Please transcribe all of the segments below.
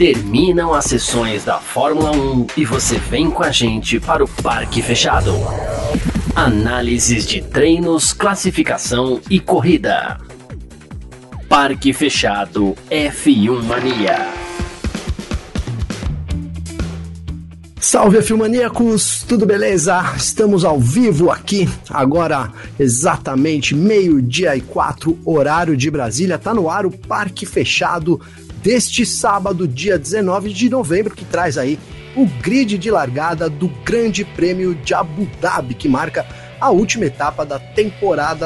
Terminam as sessões da Fórmula 1 e você vem com a gente para o Parque Fechado. Análises de treinos, classificação e corrida. Parque Fechado F1 Mania. Salve F1 Maníacos, tudo beleza? Estamos ao vivo aqui, agora exatamente 12:04, horário de Brasília. Tá no ar o Parque Fechado deste sábado, dia 19 de novembro, que traz aí o grid de largada do Grande Prêmio de Abu Dhabi, que marca a última etapa da temporada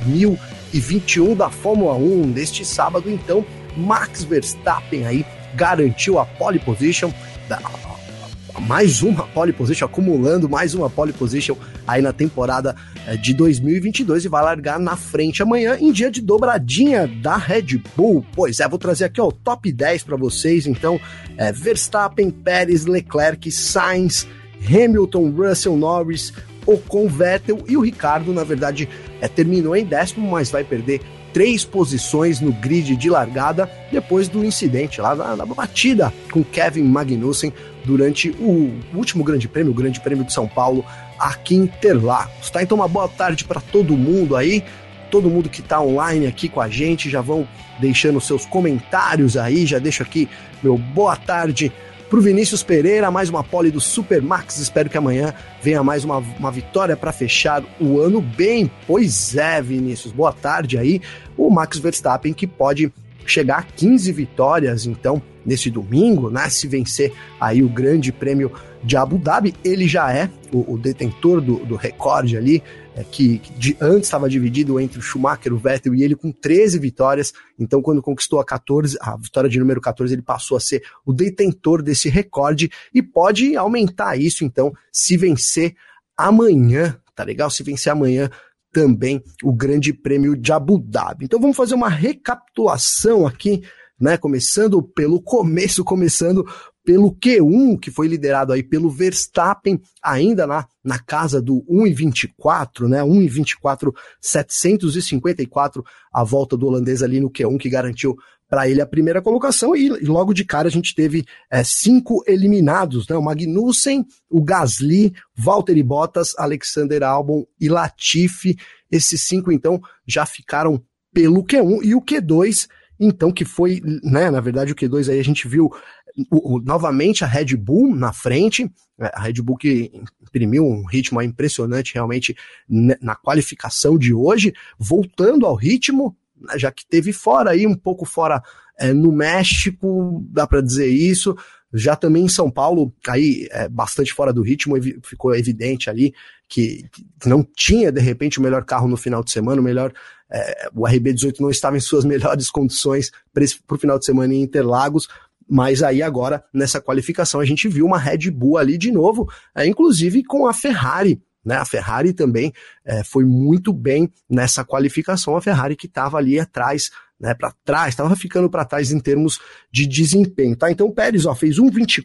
2021 da Fórmula 1. Neste sábado, então, Max Verstappen aí garantiu a pole position, mais uma pole position, acumulando mais uma pole position aí na temporada de 2022 e vai largar na frente amanhã em dia de dobradinha da Red Bull. Pois é, vou trazer aqui ó, o top 10 para vocês, então Verstappen, Pérez, Leclerc, Sainz, Hamilton, Russell, Norris, Ocon, Vettel e o Ricardo, na verdade, terminou em 10º, mas vai perder 3 posições no grid de largada depois do incidente lá na batida com Kevin Magnussen durante o último Grande Prêmio, o Grande Prêmio de São Paulo, aqui em Interlagos, tá? Então uma boa tarde para todo mundo aí, todo mundo que tá online aqui com a gente, já vão deixando seus comentários aí, já deixo aqui meu boa tarde pro Vinícius Pereira, mais uma pole do Super Max, espero que amanhã venha mais uma vitória para fechar o ano bem. Pois é, Vinícius, boa tarde aí, o Max Verstappen que pode chegar a 15 vitórias, então, nesse domingo, né, se vencer aí o Grande Prêmio de Abu Dhabi, ele já é o detentor do recorde ali, que antes estava dividido entre o Schumacher, o Vettel e ele com 13 vitórias, então quando conquistou a vitória de número 14, ele passou a ser o detentor desse recorde e pode aumentar isso, então, se vencer amanhã, tá legal? Se vencer amanhã também o Grande Prêmio de Abu Dhabi. Então vamos fazer uma recapitulação aqui, né? Começando pelo começo, começando pelo Q1, que foi liderado aí pelo Verstappen, ainda na casa do 1:24, né? 1:24.754 a volta do holandês ali no Q1, que garantiu para ele a primeira colocação, e logo de cara a gente teve 5 eliminados, né? O Magnussen, o Gasly, Valtteri Bottas, Alexander Albon e Latifi. Esses 5 então já ficaram pelo Q1, e o Q2 então, que foi, né, na verdade o Q2 aí a gente viu novamente a Red Bull na frente, a Red Bull que imprimiu um ritmo impressionante realmente na qualificação de hoje, voltando ao ritmo, já que teve fora aí, um pouco fora no México, dá para dizer isso, já também em São Paulo, aí bastante fora do ritmo, ficou evidente ali que não tinha de repente o melhor carro no final de semana, o RB18 não estava em suas melhores condições para o final de semana em Interlagos, mas aí agora nessa qualificação a gente viu uma Red Bull ali de novo, inclusive com a Ferrari, né? A Ferrari também foi muito bem nessa qualificação, a Ferrari que estava ali atrás, né, para trás, estava ficando para trás em termos de desempenho, tá? Então o Pérez fez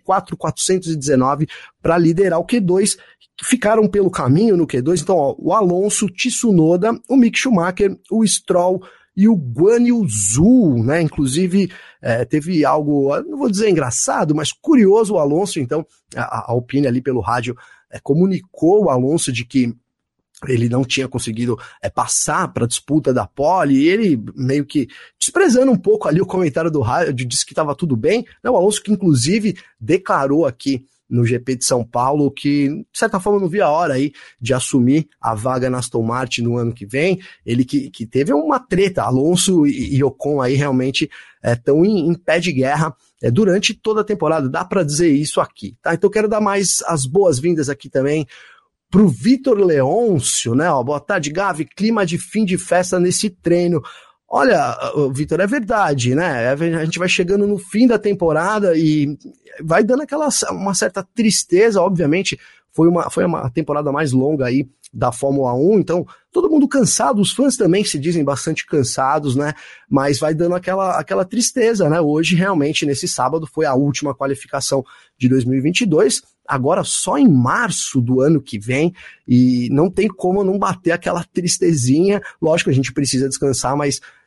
1:24.419 para liderar o Q2, ficaram pelo caminho no Q2, então o Alonso, o Tsunoda, o Mick Schumacher, o Stroll e o Guan Yu Zhou, né? Inclusive teve algo, não vou dizer engraçado, mas curioso. O Alonso, então, a Alpine ali pelo rádio comunicou o Alonso de que ele não tinha conseguido passar para a disputa da pole, e ele meio que desprezando um pouco ali o comentário do rádio, disse que estava tudo bem, né? O Alonso que inclusive declarou aqui no GP de São Paulo que, de certa forma, não via a hora aí de assumir a vaga na Aston Martin no ano que vem, ele que teve uma treta, Alonso e Ocon aí realmente estão em pé de guerra durante toda a temporada, dá para dizer isso aqui, tá? Então quero dar mais as boas-vindas aqui também pro Vitor Leôncio, né? Boa tarde, Gavi, clima de fim de festa nesse treino. Olha, Vitor, é verdade, né? A gente vai chegando no fim da temporada e vai dando uma certa tristeza, obviamente. Foi uma temporada mais longa aí da Fórmula 1, então todo mundo cansado, os fãs também se dizem bastante cansados, né? Mas vai dando aquela tristeza, né? Hoje, realmente, nesse sábado, foi a última qualificação de 2022, agora só em março do ano que vem, e não tem como não bater aquela tristezinha. Lógico, a gente precisa descansar, mas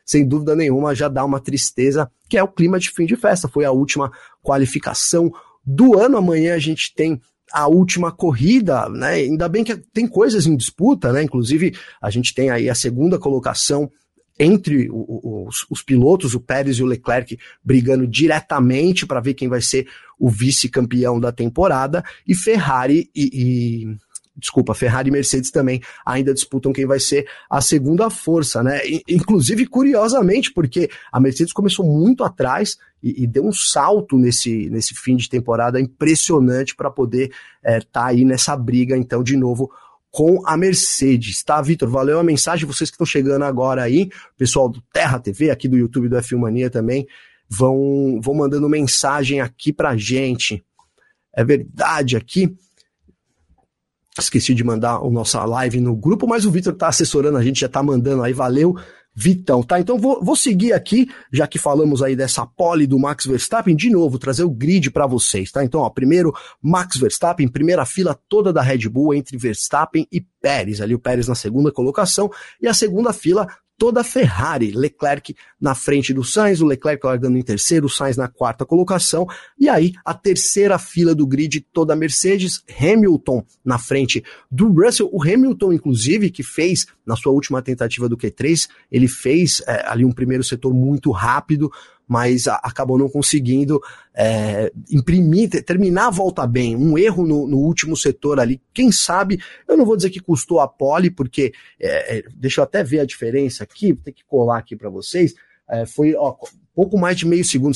sem dúvida nenhuma, já dá uma tristeza, que é o clima de fim de festa. Foi a última qualificação do ano. Amanhã a gente tem a última corrida, né? Ainda bem que tem coisas em disputa, né? Inclusive, a gente tem aí a segunda colocação entre os pilotos, o Pérez e o Leclerc, brigando diretamente para ver quem vai ser o vice-campeão da temporada, e Ferrari Ferrari e Mercedes também ainda disputam quem vai ser a segunda força, né? Inclusive, curiosamente, porque a Mercedes começou muito atrás e deu um salto nesse fim de temporada impressionante para poder tá aí nessa briga, então, de novo, com a Mercedes, tá, Vitor? Valeu a mensagem, vocês que estão chegando agora aí, pessoal do Terra TV, aqui do YouTube do F1 Mania também, vão mandando mensagem aqui pra gente. É verdade aqui, esqueci de mandar a nossa live no grupo, mas o Vitor tá assessorando a gente, já tá mandando aí, valeu, Vitão, tá? Então vou seguir aqui, já que falamos aí dessa pole do Max Verstappen, de novo, trazer o grid para vocês, tá? Então, ó, primeiro, Max Verstappen, primeira fila toda da Red Bull entre Verstappen e Pérez, ali o Pérez na segunda colocação, e a segunda fila toda a Ferrari, Leclerc na frente do Sainz, o Leclerc largando em terceiro, o Sainz na quarta colocação, e aí a terceira fila do grid toda a Mercedes, Hamilton na frente do Russell, o Hamilton inclusive que fez na sua última tentativa do Q3, ele fez ali um primeiro setor muito rápido, mas acabou não conseguindo terminar a volta bem, um erro no último setor ali, quem sabe, eu não vou dizer que custou a pole, porque, deixa eu até ver a diferença aqui, vou ter que colar aqui para vocês, foi pouco mais de meio segundo,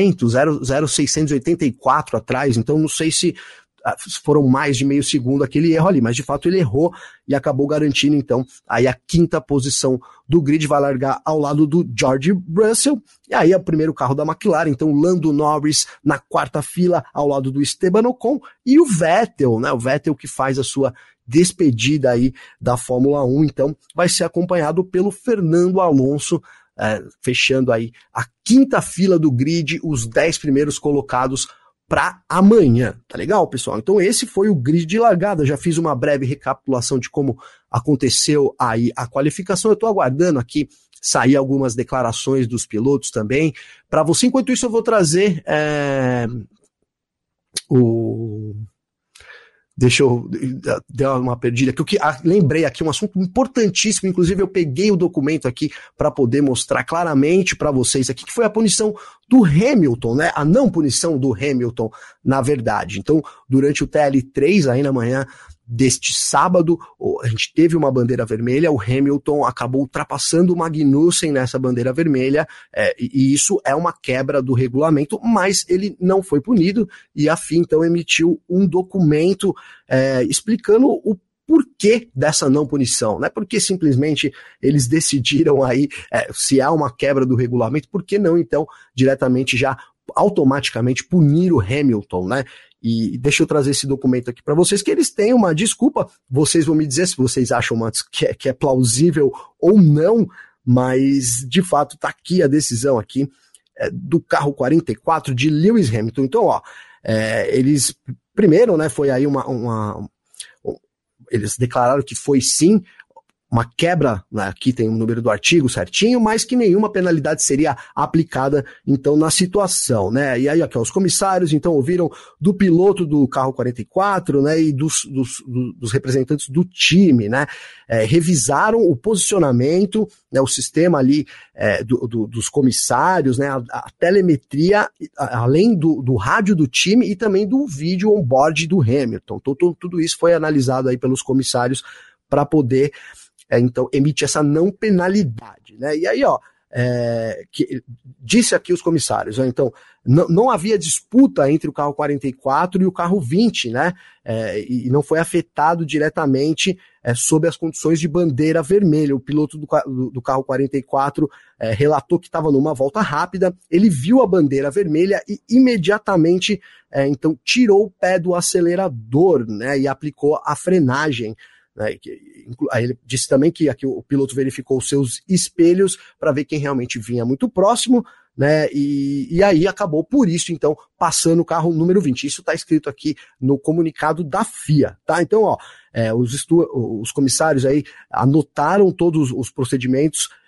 0,684 atrás, então não sei se foram mais de meio segundo aquele erro ali, mas de fato ele errou e acabou garantindo então aí a quinta posição do grid, vai largar ao lado do George Russell, e aí é o primeiro carro da McLaren, então Lando Norris na quarta fila ao lado do Esteban Ocon, e o Vettel, né, o Vettel que faz a sua despedida aí da Fórmula 1, então vai ser acompanhado pelo Fernando Alonso, fechando aí a quinta fila do grid, os 10 primeiros colocados para amanhã, tá legal, pessoal? Então esse foi o grid de largada, já fiz uma breve recapitulação de como aconteceu aí a qualificação, eu tô aguardando aqui sair algumas declarações dos pilotos também, para você, enquanto isso eu vou trazer Deixa eu dar uma perdida aqui, lembrei aqui um assunto importantíssimo, inclusive eu peguei o documento aqui para poder mostrar claramente para vocês aqui, que foi a punição do Hamilton, né? A não punição do Hamilton, na verdade. Então, durante o TL3, aí na manhã deste sábado, a gente teve uma bandeira vermelha, o Hamilton acabou ultrapassando o Magnussen nessa bandeira vermelha, e isso é uma quebra do regulamento, mas ele não foi punido, e a FIA então emitiu um documento explicando o porquê dessa não punição, né? Porque simplesmente eles decidiram aí, se há uma quebra do regulamento, por que não então diretamente já automaticamente punir o Hamilton, né? E deixa eu trazer esse documento aqui para vocês, que eles têm uma desculpa, vocês vão me dizer se vocês acham que é plausível ou não, mas de fato tá aqui a decisão aqui do carro 44 de Lewis Hamilton. Então, ó, eles primeiro, né, foi aí eles declararam que foi sim uma quebra, né, aqui tem o número do artigo certinho, mas que nenhuma penalidade seria aplicada, então, na situação, né, e aí aqui, ó, os comissários, então, ouviram do piloto do carro 44, né, e dos representantes do time, né, revisaram o posicionamento, né, o sistema ali dos comissários, né, a telemetria, além do rádio do time e também do vídeo on-board do Hamilton, então, tudo isso foi analisado aí pelos comissários para poder então emite essa não penalidade, né? E aí, ó, disse aqui os comissários, né? Então não havia disputa entre o carro 44 e o carro 20, né? E não foi afetado diretamente sob as condições de bandeira vermelha. O piloto do carro 44 relatou que estava numa volta rápida, ele viu a bandeira vermelha e imediatamente então tirou o pé do acelerador, né? E aplicou a frenagem. Aí ele disse também que aqui o piloto verificou os seus espelhos para ver quem realmente vinha muito próximo, né? E aí acabou por isso, então, passando o carro número 20. Isso está escrito aqui no comunicado da FIA, tá? Então, ó, os comissários aí anotaram todos os procedimentos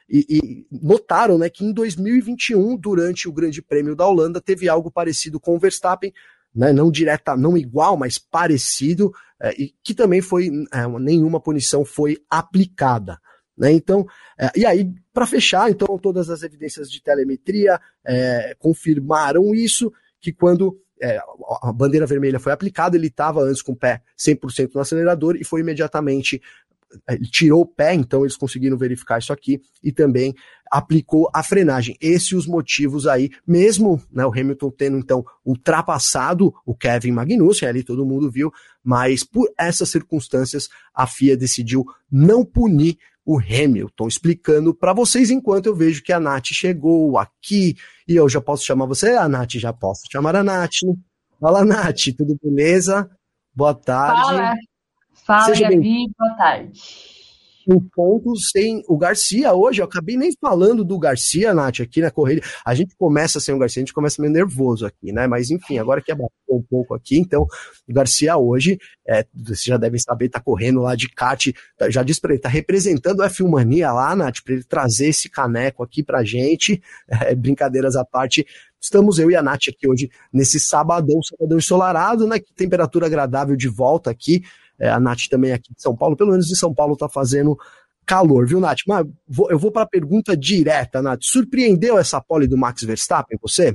e notaram, né, que em 2021, durante o Grande Prêmio da Holanda, teve algo parecido com o Verstappen, né, não igual, mas parecido, e que também nenhuma punição foi aplicada. Né? Então, e aí, para fechar, então, todas as evidências de telemetria confirmaram isso, que quando a bandeira vermelha foi aplicada, ele estava antes com o pé 100% no acelerador e foi imediatamente, ele tirou o pé, então eles conseguiram verificar isso aqui e também aplicou a frenagem. Esses os motivos aí, mesmo, né, o Hamilton tendo então ultrapassado o Kevin Magnussen, ali todo mundo viu, mas por essas circunstâncias a FIA decidiu não punir o Hamilton, explicando para vocês enquanto eu vejo que a Nath chegou aqui, e eu já posso chamar você, a Nath, já posso chamar a Nath. Fala, Nath, tudo beleza? Boa tarde. Fala, Gabi, boa tarde. Um ponto sem o Garcia hoje, eu acabei nem falando do Garcia, Nath, aqui na corrida. A gente começa sem o Garcia, a gente começa meio nervoso aqui, né? Mas enfim, agora que abaixou um pouco aqui, então o Garcia hoje, vocês já devem saber, tá correndo lá de kart, já disse pra ele, tá representando a F1 Mania lá, Nath, pra ele trazer esse caneco aqui pra gente, brincadeiras à parte. Estamos eu e a Nath aqui hoje nesse sabadão ensolarado, né? Que temperatura agradável de volta aqui. A Nath também aqui de São Paulo, pelo menos em São Paulo tá fazendo calor, viu, Nath? Mas eu vou para a pergunta direta, Nath. Surpreendeu essa pole do Max Verstappen, você?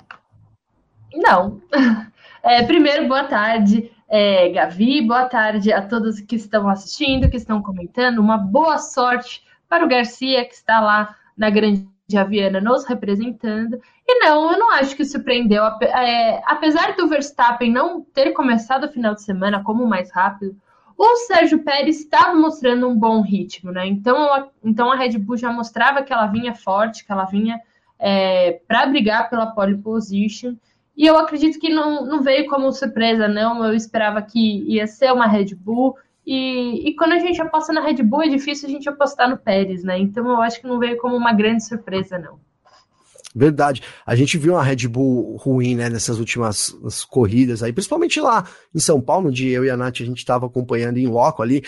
Não. Primeiro, boa tarde, Gavi, boa tarde a todos que estão assistindo, que estão comentando. Uma boa sorte para o Garcia, que está lá na Grande Aviana nos representando. E não, eu não acho que surpreendeu. Apesar do Verstappen não ter começado o final de semana como o mais rápido, o Sérgio Pérez estava mostrando um bom ritmo, né? Então a Red Bull já mostrava que ela vinha forte, que ela vinha para brigar pela pole position. E eu acredito que não veio como surpresa, não. Eu esperava que ia ser uma Red Bull. E quando a gente aposta na Red Bull, é difícil a gente apostar no Pérez, né? Então eu acho que não veio como uma grande surpresa, não. Verdade. A gente viu uma Red Bull ruim, né, nessas últimas corridas aí, principalmente lá em São Paulo, onde eu e a Nath a gente estava acompanhando em loco ali.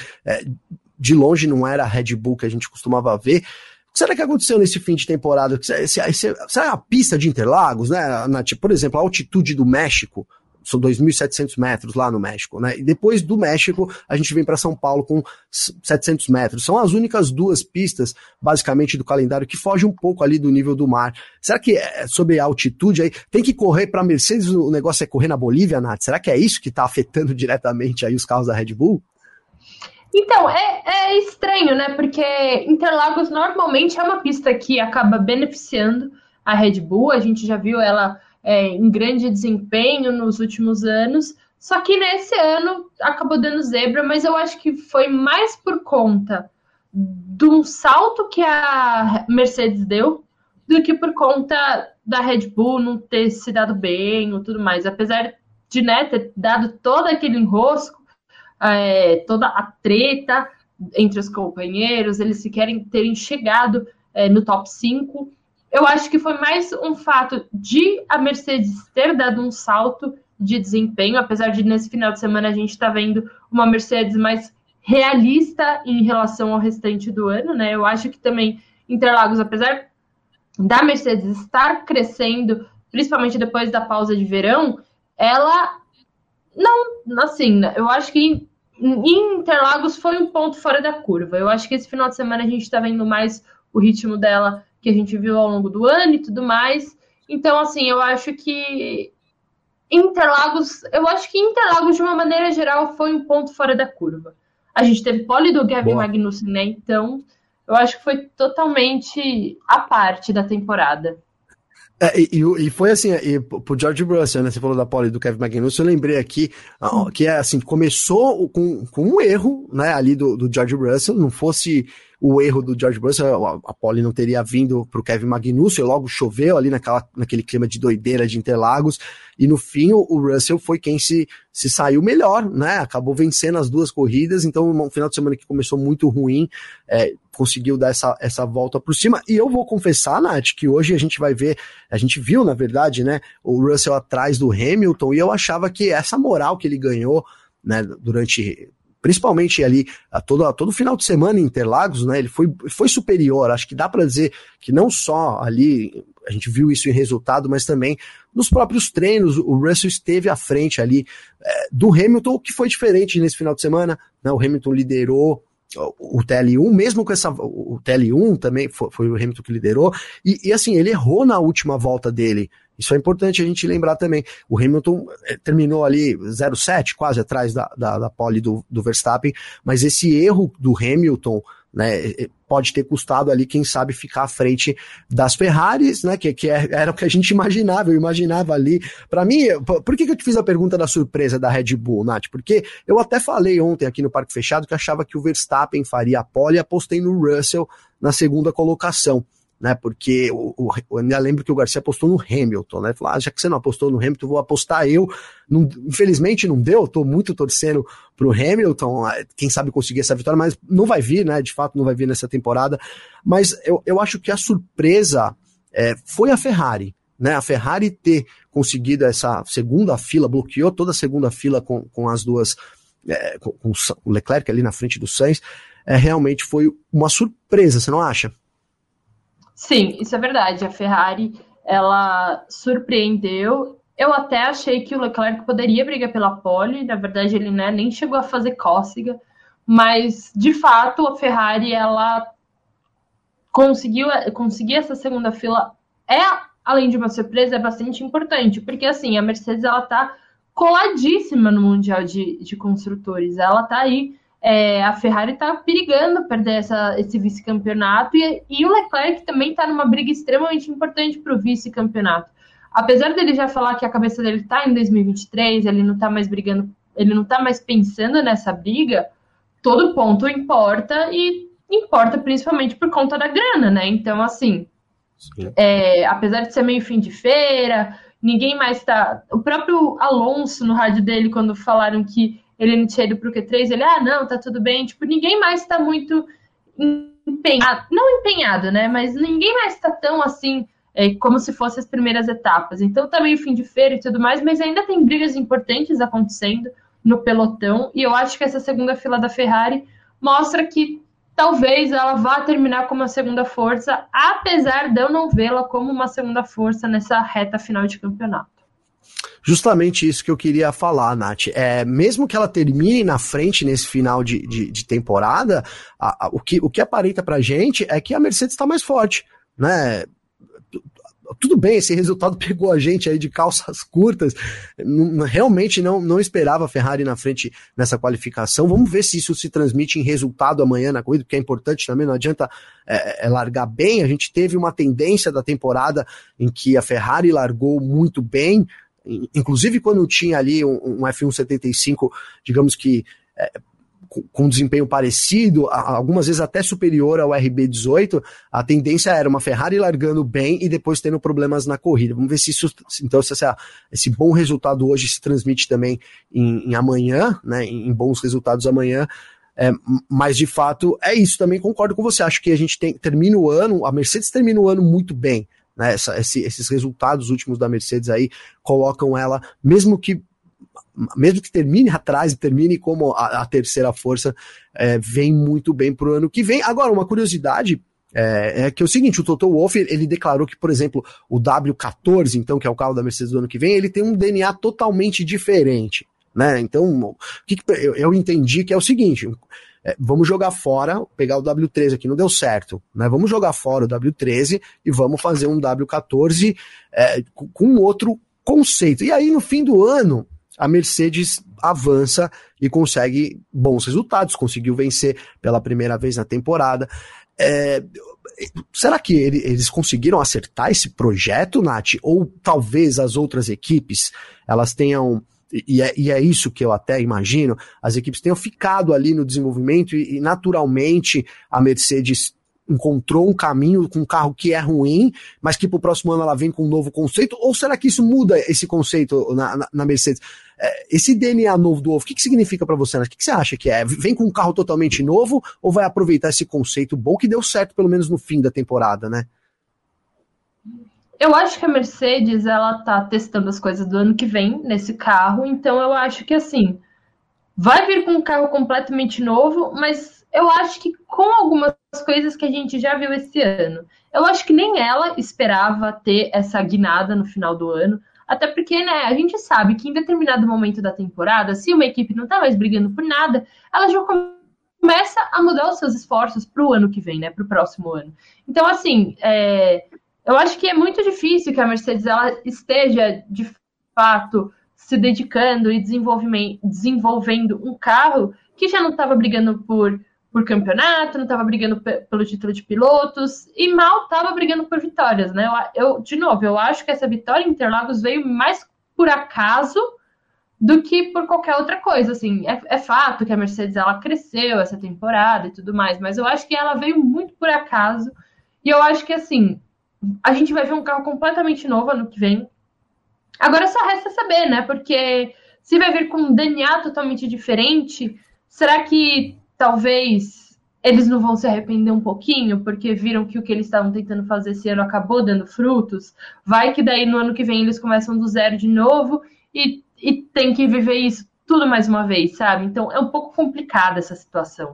De longe não era a Red Bull que a gente costumava ver. O que será que aconteceu nesse fim de temporada? Será a pista de Interlagos, né, Nath? Por exemplo, a altitude do México, são 2.700 metros lá no México, né? E depois do México, a gente vem para São Paulo com 700 metros. São as únicas duas pistas, basicamente, do calendário que fogem um pouco ali do nível do mar. Será que sobre a altitude aí, tem que correr para Mercedes, o negócio é correr na Bolívia, Nath? Será que é isso que está afetando diretamente aí os carros da Red Bull? Então, é estranho, né? Porque Interlagos normalmente é uma pista que acaba beneficiando a Red Bull. A gente já viu ela em grande desempenho nos últimos anos, só que nesse ano acabou dando zebra, mas eu acho que foi mais por conta de um salto que a Mercedes deu do que por conta da Red Bull não ter se dado bem ou tudo mais, apesar de, né, ter dado todo aquele enrosco, toda a treta entre os companheiros, eles terem chegado no top 5. Eu acho que foi mais um fato de a Mercedes ter dado um salto de desempenho, apesar de nesse final de semana a gente está vendo uma Mercedes mais realista em relação ao restante do ano, né? Eu acho que também Interlagos, apesar da Mercedes estar crescendo, principalmente depois da pausa de verão, ela não, assim, eu acho que em Interlagos foi um ponto fora da curva. Eu acho que esse final de semana a gente está vendo mais o ritmo dela que a gente viu ao longo do ano e tudo mais. Então, assim, eu acho que Interlagos, de uma maneira geral, foi um ponto fora da curva. A gente teve pole do Kevin Magnussen, né? Então, eu acho que foi totalmente a parte da temporada. E foi assim, pro George Russell, né? Você falou da pole do Kevin Magnussen, eu lembrei aqui que assim, começou com um erro, né, ali do George Russell, não fosse o erro do George Russell, a pole não teria vindo pro Kevin Magnussen, logo choveu ali naquele clima de doideira de Interlagos, e no fim o Russell foi quem se saiu melhor, né, acabou vencendo as duas corridas, então um final de semana que começou muito ruim, conseguiu dar essa volta por cima, e eu vou confessar, Nath, que hoje a gente viu, na verdade, né, o Russell atrás do Hamilton, e eu achava que essa moral que ele ganhou, né, durante principalmente ali, todo final de semana em Interlagos, né, ele foi superior. Acho que dá para dizer que não só ali, a gente viu isso em resultado, mas também nos próprios treinos, o Russell esteve à frente ali do Hamilton, o que foi diferente nesse final de semana, né, o Hamilton liderou o TL1, mesmo com o TL1 também foi o Hamilton que liderou, e assim, ele errou na última volta dele. Isso é importante a gente lembrar também. O Hamilton terminou ali 0,7, quase atrás da pole do Verstappen, mas esse erro do Hamilton, né, pode ter custado ali, quem sabe, ficar à frente das Ferraris, né, era o que a gente imaginava, eu imaginava ali. Para mim, por que eu te fiz a pergunta da surpresa da Red Bull, Nath? Porque eu até falei ontem aqui no Parque Fechado que achava que o Verstappen faria a pole, e apostei no Russell na segunda colocação, né, porque eu ainda lembro que o Garcia apostou no Hamilton, né, falou, já que você não apostou no Hamilton, vou apostar eu. Infelizmente não deu, tô muito torcendo pro Hamilton, quem sabe conseguir essa vitória, mas não vai vir, né, de fato não vai vir nessa temporada, mas eu acho que a surpresa foi a Ferrari, né, a Ferrari ter conseguido essa segunda fila, bloqueou toda a segunda fila com as duas, com o Leclerc ali na frente do Sainz, realmente foi uma surpresa, você não acha? Sim, isso é verdade. A Ferrari, ela surpreendeu. Eu até achei que o Leclerc poderia brigar pela pole. Na verdade, ele, né, nem chegou a fazer cócega. Mas, de fato, a Ferrari, ela conseguir essa segunda fila além de uma surpresa, é bastante importante. Porque, assim, a Mercedes, ela tá coladíssima no Mundial de Construtores. Ela tá aí. A Ferrari está perigando perder esse vice-campeonato e o Leclerc também está numa briga extremamente importante para o vice-campeonato. Apesar dele já falar que a cabeça dele está em 2023, ele não está mais brigando, ele não está mais pensando nessa briga, todo ponto importa e importa principalmente por conta da grana, né? Então, assim, apesar de ser meio fim de feira, ninguém mais está... O próprio Alonso, no rádio dele, quando falaram que ele não tinha ido pro Q3, ele, não, tá tudo bem. Tipo, ninguém mais tá muito empenhado. Não empenhado, né? Mas ninguém mais tá tão assim, como se fossem as primeiras etapas. Então tá meio fim de feira e tudo mais, mas ainda tem brigas importantes acontecendo no pelotão. E eu acho que essa segunda fila da Ferrari mostra que talvez ela vá terminar como uma segunda força, apesar de eu não vê-la como uma segunda força nessa reta final de campeonato. Justamente isso que eu queria falar, Nath. Mesmo que ela termine na frente nesse final de temporada, o que aparenta pra gente é que a Mercedes está mais forte, né? Tudo bem, esse resultado pegou a gente aí de calças curtas, realmente não esperava a Ferrari na frente nessa qualificação. Vamos ver se isso se transmite em resultado amanhã na corrida, porque é importante também, não adianta largar bem. A gente teve uma tendência da temporada em que a Ferrari largou muito bem, inclusive quando tinha ali um F1 75, digamos que com desempenho parecido, algumas vezes até superior ao RB18, a tendência era uma Ferrari largando bem e depois tendo problemas na corrida. Vamos ver se isso, então, se esse bom resultado hoje se transmite também em amanhã, né, em bons resultados amanhã. Mas de fato é isso, também concordo com você. Acho que a gente termina o ano, a Mercedes termina o ano muito bem, né? Esses resultados últimos da Mercedes aí colocam ela, mesmo que termine atrás e termine como a terceira força, vem muito bem pro ano que vem. Agora, uma curiosidade é que é o seguinte, o Toto Wolff, ele declarou que, por exemplo, o W14, então, que é o carro da Mercedes do ano que vem, ele tem um DNA totalmente diferente, né? Então, eu entendi que é o seguinte, vamos jogar fora, pegar o W13 aqui, não deu certo, né? Vamos jogar fora o W13 e vamos fazer um W14 com outro conceito. E aí, no fim do ano, a Mercedes avança e consegue bons resultados, conseguiu vencer pela primeira vez na temporada. Será que eles conseguiram acertar esse projeto, Nath? Ou talvez as outras equipes, elas tenham, e é isso que eu até imagino, as equipes tenham ficado ali no desenvolvimento e naturalmente a Mercedes encontrou um caminho com um carro que é ruim, mas que pro próximo ano ela vem com um novo conceito? Ou será que isso muda esse conceito na Mercedes? Esse DNA novo do Wolff, o que significa para você, Nath? O que você acha que é? Vem com um carro totalmente novo ou vai aproveitar esse conceito bom que deu certo pelo menos no fim da temporada, né? Eu acho que a Mercedes, ela tá testando as coisas do ano que vem nesse carro, então eu acho que, assim, vai vir com um carro completamente novo, mas eu acho que com algumas coisas que a gente já viu esse ano. Eu acho que nem ela esperava ter essa guinada no final do ano, até porque, né, a gente sabe que em determinado momento da temporada, se uma equipe não tá mais brigando por nada, ela já começa a mudar os seus esforços para o ano que vem, né, para o próximo ano. Então, assim, eu acho que é muito difícil que a Mercedes ela esteja, de fato, se dedicando e desenvolvendo um carro que já não estava brigando por campeonato, não estava brigando pelo título de pilotos e mal estava brigando por vitórias, né? De novo, eu acho que essa vitória em Interlagos veio mais por acaso do que por qualquer outra coisa, assim, é fato que a Mercedes, ela cresceu essa temporada e tudo mais, mas eu acho que ela veio muito por acaso, e eu acho que, assim, a gente vai ver um carro completamente novo ano que vem. Agora só resta saber, né, porque se vai vir com um DNA totalmente diferente, será que talvez eles não vão se arrepender um pouquinho, porque viram que o que eles estavam tentando fazer esse ano acabou dando frutos? Vai que daí no ano que vem eles começam do zero de novo e tem que viver isso tudo mais uma vez, sabe? Então é um pouco complicada essa situação.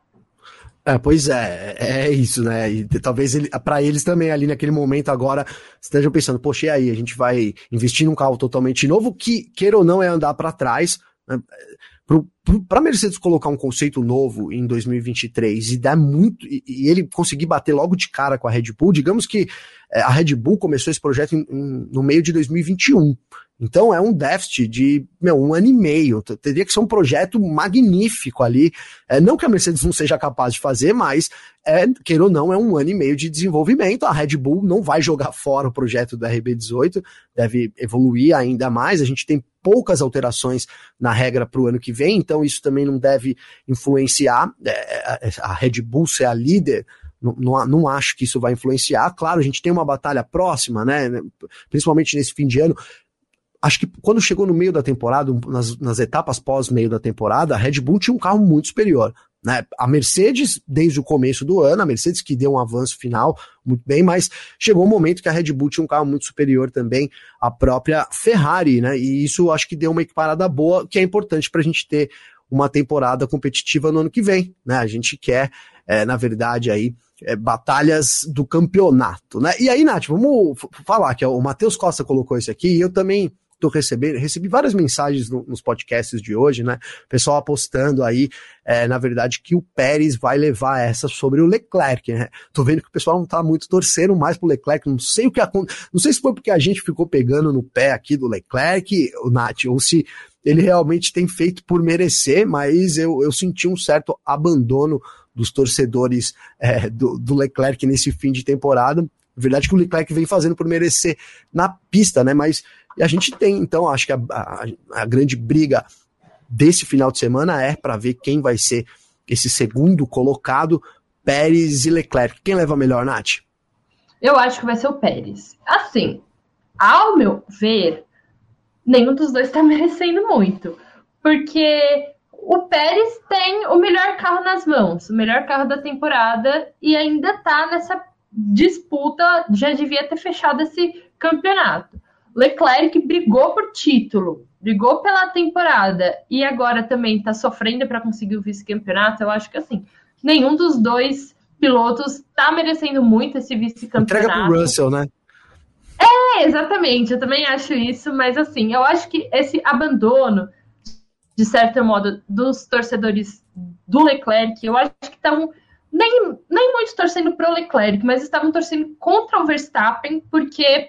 Pois é isso, né? E talvez para eles também ali naquele momento agora estejam pensando, poxa, e aí, a gente vai investir num carro totalmente novo que, queira ou não, é andar para trás, né? Para a Mercedes colocar um conceito novo em 2023 e dar muito, e ele conseguir bater logo de cara com a Red Bull, digamos que a Red Bull começou esse projeto no meio de 2021. Então é um déficit de 1 ano e meio. Teria que ser um projeto magnífico ali. Não que a Mercedes não seja capaz de fazer, mas, queira ou não, é 1 ano e meio de desenvolvimento. A Red Bull não vai jogar fora o projeto do RB18, deve evoluir ainda mais. A gente tem poucas alterações na regra para o ano que vem, então isso também não deve influenciar a Red Bull ser a líder. Não acho que isso vai influenciar. Claro, a gente tem uma batalha próxima, né? Principalmente nesse fim de ano. Acho que quando chegou no meio da temporada, nas etapas pós-meio da temporada, a Red Bull tinha um carro muito superior, né? A Mercedes, desde o começo do ano, a Mercedes que deu um avanço final muito bem, mas chegou um momento que a Red Bull tinha um carro muito superior também à própria Ferrari, né? E isso acho que deu uma equiparada boa, que é importante para a gente ter uma temporada competitiva no ano que vem, né? A gente quer, na verdade, aí batalhas do campeonato, né? E aí, Nath, vamos falar que o Matheus Costa colocou isso aqui e eu também recebi várias mensagens nos podcasts de hoje, né? Pessoal apostando aí, na verdade, que o Pérez vai levar essa sobre o Leclerc, né? Tô vendo que o pessoal não tá muito torcendo mais pro Leclerc, não sei o que aconteceu, não sei se foi porque a gente ficou pegando no pé aqui do Leclerc, o Nath, ou se ele realmente tem feito por merecer, mas eu senti um certo abandono dos torcedores do Leclerc nesse fim de temporada. Na verdade que o Leclerc vem fazendo por merecer na pista, né? Mas a gente tem, então, acho que a grande briga desse final de semana é para ver quem vai ser esse segundo colocado, Pérez e Leclerc. Quem leva melhor, Nath? Eu acho que vai ser o Pérez. Assim, ao meu ver, nenhum dos dois está merecendo muito. Porque o Pérez tem o melhor carro nas mãos, o melhor carro da temporada, e ainda está nessa disputa, já devia ter fechado esse campeonato. Leclerc brigou por título, brigou pela temporada e agora também está sofrendo para conseguir o vice-campeonato. Eu acho que assim, nenhum dos dois pilotos está merecendo muito esse vice-campeonato. Entrega pro Russell, né? Exatamente, eu também acho isso, mas assim, eu acho que esse abandono, de certo modo, dos torcedores do Leclerc, eu acho que estão nem muito torcendo pro Leclerc, mas estavam torcendo contra o Verstappen, porque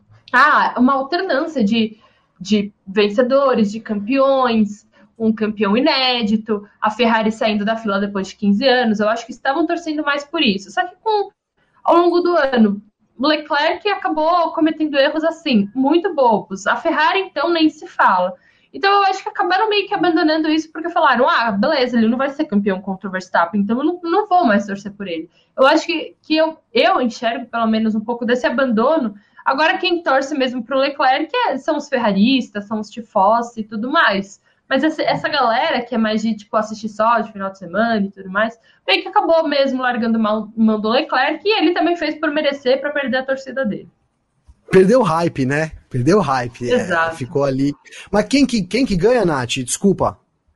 uma alternância de vencedores, de campeões, um campeão inédito, a Ferrari saindo da fila depois de 15 anos, eu acho que estavam torcendo mais por isso. Só que ao longo do ano, o Leclerc acabou cometendo erros assim, muito bobos. A Ferrari, então, nem se fala. Então eu acho que acabaram meio que abandonando isso porque falaram, beleza, ele não vai ser campeão contra o Verstappen, então eu não vou mais torcer por ele. Eu acho que eu enxergo pelo menos um pouco desse abandono. Agora quem torce mesmo pro Leclerc são os ferraristas, são os tifosi e tudo mais. Mas essa galera que é mais de tipo assistir só de final de semana e tudo mais, meio que acabou mesmo largando mão do Leclerc e ele também fez por merecer para perder a torcida dele. Perdeu o hype, né? Perdeu o hype. Exato. Ficou ali. Mas quem que ganha, Nath? Desculpa.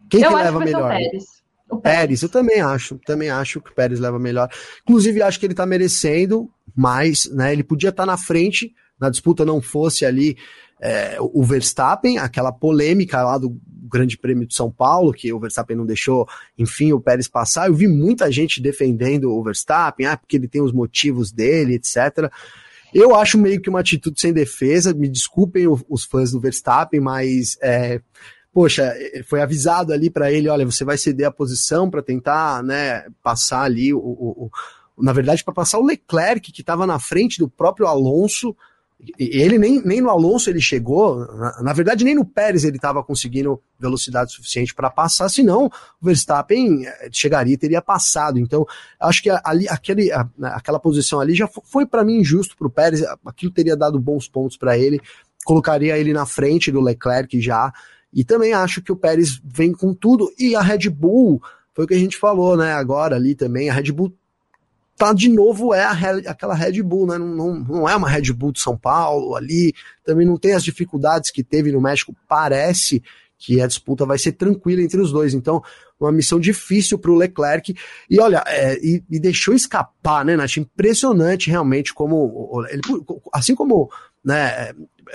Quem eu que acho leva que vai ser melhor? o Pérez. Eu também acho que o Pérez leva melhor. Inclusive, acho que ele tá merecendo mais, né? Ele podia estar na frente, na disputa não fosse ali o Verstappen, aquela polêmica lá do Grande Prêmio de São Paulo, que o Verstappen não deixou, enfim, o Pérez passar. Eu vi muita gente defendendo o Verstappen, porque ele tem os motivos dele, etc. Eu acho meio que uma atitude sem defesa, me desculpem os fãs do Verstappen, mas poxa, foi avisado ali para ele, olha, você vai ceder a posição para tentar, né, passar ali na verdade, para passar o Leclerc, que estava na frente do próprio Alonso. Ele nem no Alonso ele chegou, na verdade nem no Pérez ele estava conseguindo velocidade suficiente para passar, senão o Verstappen chegaria e teria passado. Então acho que ali, aquela posição ali já foi para mim injusto para o Pérez, aquilo teria dado bons pontos para ele, colocaria ele na frente do Leclerc já, e também acho que o Pérez vem com tudo, e a Red Bull, foi o que a gente falou, né, agora ali também, a Red Bull tá de novo, aquela Red Bull, né? Não é uma Red Bull de São Paulo ali, também não tem as dificuldades que teve no México, parece que a disputa vai ser tranquila entre os dois, então uma missão difícil para o Leclerc, e olha, e deixou escapar, né, Nath? Impressionante realmente como, ele, assim como, né,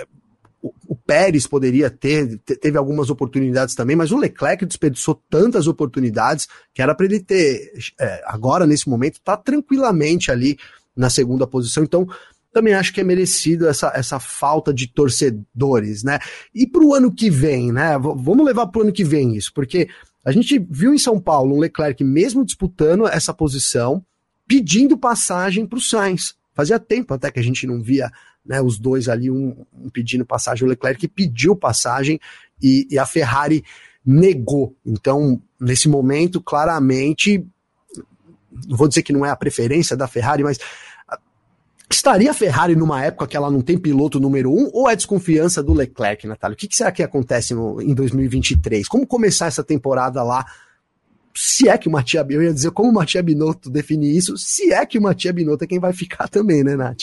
o Pérez poderia teve algumas oportunidades também, mas o Leclerc desperdiçou tantas oportunidades que era para ele ter, agora nesse momento, tá tranquilamente ali na segunda posição, então também acho que é merecido essa falta de torcedores, né? E para o ano que vem, né? Vamos levar para o ano que vem isso, porque a gente viu em São Paulo um Leclerc mesmo disputando essa posição, pedindo passagem para o Sainz. Fazia tempo até que a gente não via, né, os dois ali, um pedindo passagem, o Leclerc pediu passagem e a Ferrari negou. Então, nesse momento, claramente, não vou dizer que não é a preferência da Ferrari, mas estaria a Ferrari numa época que ela não tem piloto número 1 ou é desconfiança do Leclerc, Natália? O que será que acontece em 2023? Como começar essa temporada lá? Se é que o Mattia, eu ia dizer como o Mattia Binotto define isso, se é que o Mattia Binotto é quem vai ficar também, né, Nath?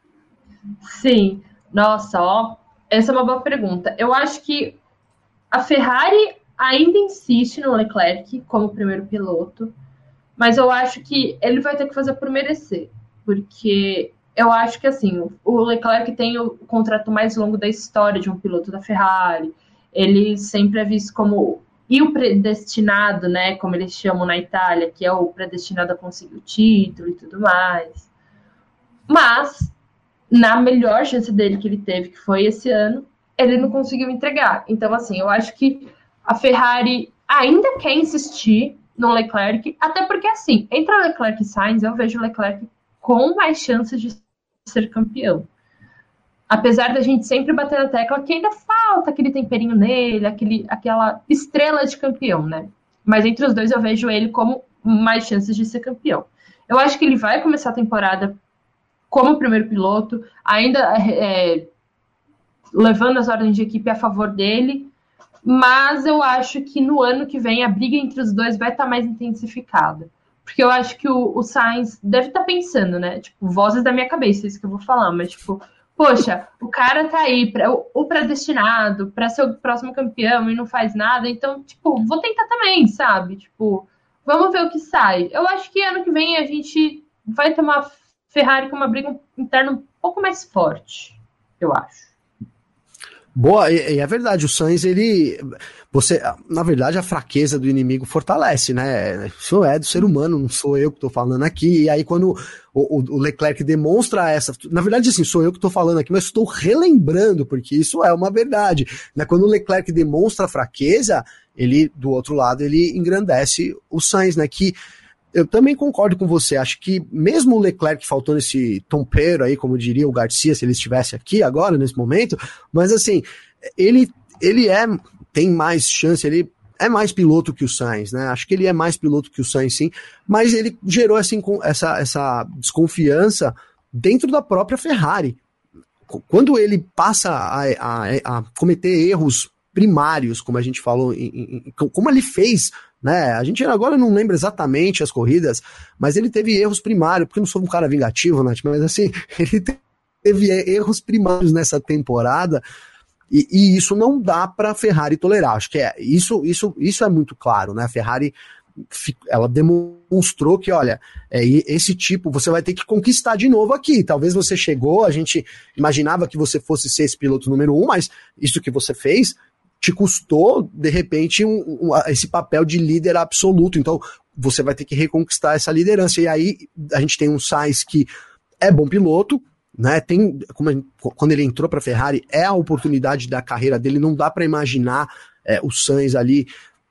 Sim, nossa, essa é uma boa pergunta. Eu acho que a Ferrari ainda insiste no Leclerc como primeiro piloto, mas eu acho que ele vai ter que fazer por merecer, porque eu acho que assim, o Leclerc tem o contrato mais longo da história de um piloto da Ferrari, ele sempre é visto como o predestinado, né, como eles chamam na Itália, que é o predestinado a conseguir o título e tudo mais. Mas na melhor chance dele que ele teve, que foi esse ano, ele não conseguiu entregar. Então, assim, eu acho que a Ferrari ainda quer insistir no Leclerc, até porque, assim, entre o Leclerc e Sainz, eu vejo o Leclerc com mais chances de ser campeão. Apesar da gente sempre bater na tecla que ainda falta aquele temperinho nele, aquela estrela de campeão, né? Mas entre os dois eu vejo ele como mais chances de ser campeão. Eu acho que ele vai começar a temporada como primeiro piloto, ainda levando as ordens de equipe a favor dele, mas eu acho que no ano que vem a briga entre os dois vai estar mais intensificada. Porque eu acho que o Sainz deve estar pensando, né? Tipo, vozes da minha cabeça, isso que eu vou falar, mas tipo, poxa, o cara tá aí, o predestinado para ser o próximo campeão e não faz nada, então, tipo, vou tentar também, sabe? Tipo, vamos ver o que sai. Eu acho que ano que vem a gente vai ter uma Ferrari com uma briga interna um pouco mais forte, eu acho. Boa, e é verdade, o Sainz, na verdade, a fraqueza do inimigo fortalece, né? Isso é do ser humano, não sou eu que tô falando aqui, e aí quando o Leclerc demonstra na verdade, assim, sou eu que tô falando aqui, mas estou relembrando, porque isso é uma verdade, né? Quando o Leclerc demonstra fraqueza, ele, do outro lado, ele engrandece o Sainz, né? Que eu também concordo com você, acho que mesmo o Leclerc faltando esse tompeiro aí, como diria o Garcia, se ele estivesse aqui agora, nesse momento, mas assim, ele tem mais chance, ele é mais piloto que o Sainz, né? Acho que ele é mais piloto que o Sainz, sim, mas ele gerou assim, essa desconfiança dentro da própria Ferrari. Quando ele passa a cometer erros primários, como a gente falou, como ele fez, né? A gente agora não lembra exatamente as corridas, mas ele teve erros primários, porque eu não sou um cara vingativo, Nath, mas assim, ele teve erros primários nessa temporada E isso não dá para a Ferrari tolerar. Acho que isso é muito claro, né? A Ferrari, ela demonstrou que, olha, esse tipo você vai ter que conquistar de novo aqui. Talvez você chegou, a gente imaginava que você fosse ser esse piloto número 1, mas isso que você fez te custou, de repente, esse papel de líder absoluto. Então, você vai ter que reconquistar essa liderança. E aí, a gente tem um Sainz que é bom piloto, né? Quando ele entrou para a Ferrari, é a oportunidade da carreira dele, não dá para imaginar o Sainz ali.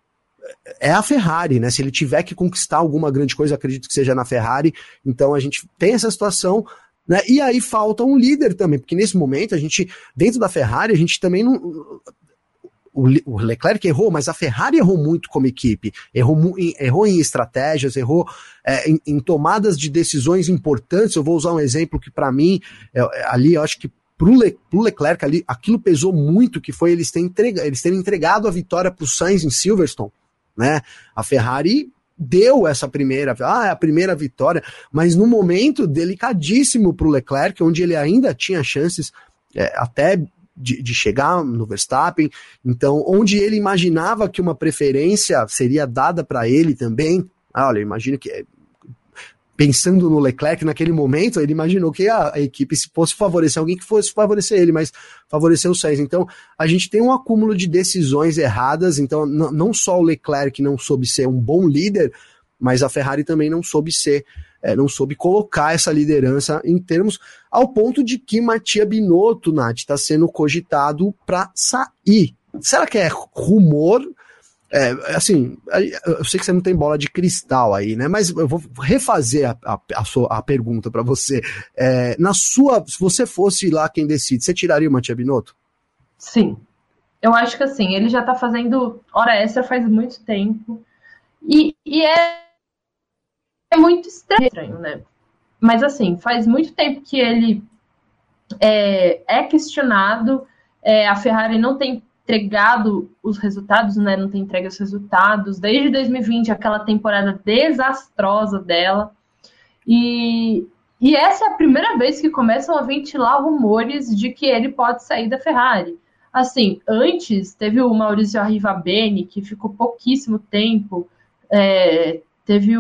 É a Ferrari, né? Se ele tiver que conquistar alguma grande coisa, acredito que seja na Ferrari. Então, a gente tem essa situação, né? E aí falta um líder também, porque nesse momento, a gente, dentro da Ferrari, a gente também não... O Leclerc errou, mas a Ferrari errou muito como equipe, errou em estratégias, errou em tomadas de decisões importantes. Eu vou usar um exemplo que para mim, ali eu acho que pro Leclerc ali, aquilo pesou muito, que foi eles terem entregado a vitória pro Sainz em Silverstone, né? A Ferrari deu essa primeira, é a primeira vitória, mas num momento delicadíssimo pro Leclerc, onde ele ainda tinha chances até de chegar no Verstappen, então, onde ele imaginava que uma preferência seria dada para ele também. Olha, eu imagino que, pensando no Leclerc naquele momento, ele imaginou que a equipe, se fosse favorecer alguém, que fosse favorecer ele, mas favoreceu o Sainz. Então, a gente tem um acúmulo de decisões erradas, então, não só o Leclerc não soube ser um bom líder, mas a Ferrari também não soube colocar essa liderança em termos, ao ponto de que Mattia Binotto, Nath, está sendo cogitado para sair. Será que é rumor? Assim, eu sei que você não tem bola de cristal aí, né? Mas eu vou refazer a pergunta para você. Se você fosse lá quem decide, você tiraria o Mattia Binotto? Sim. Eu acho que assim, ele já tá fazendo hora extra faz muito tempo. E é muito estranho, né? Mas assim, faz muito tempo que ele é questionado, a Ferrari não tem entregado os resultados, né? Não tem entregue os resultados, desde 2020, aquela temporada desastrosa dela, e essa é a primeira vez que começam a ventilar rumores de que ele pode sair da Ferrari. Assim, antes teve o Maurizio Arrivabene, que ficou pouquíssimo tempo, teve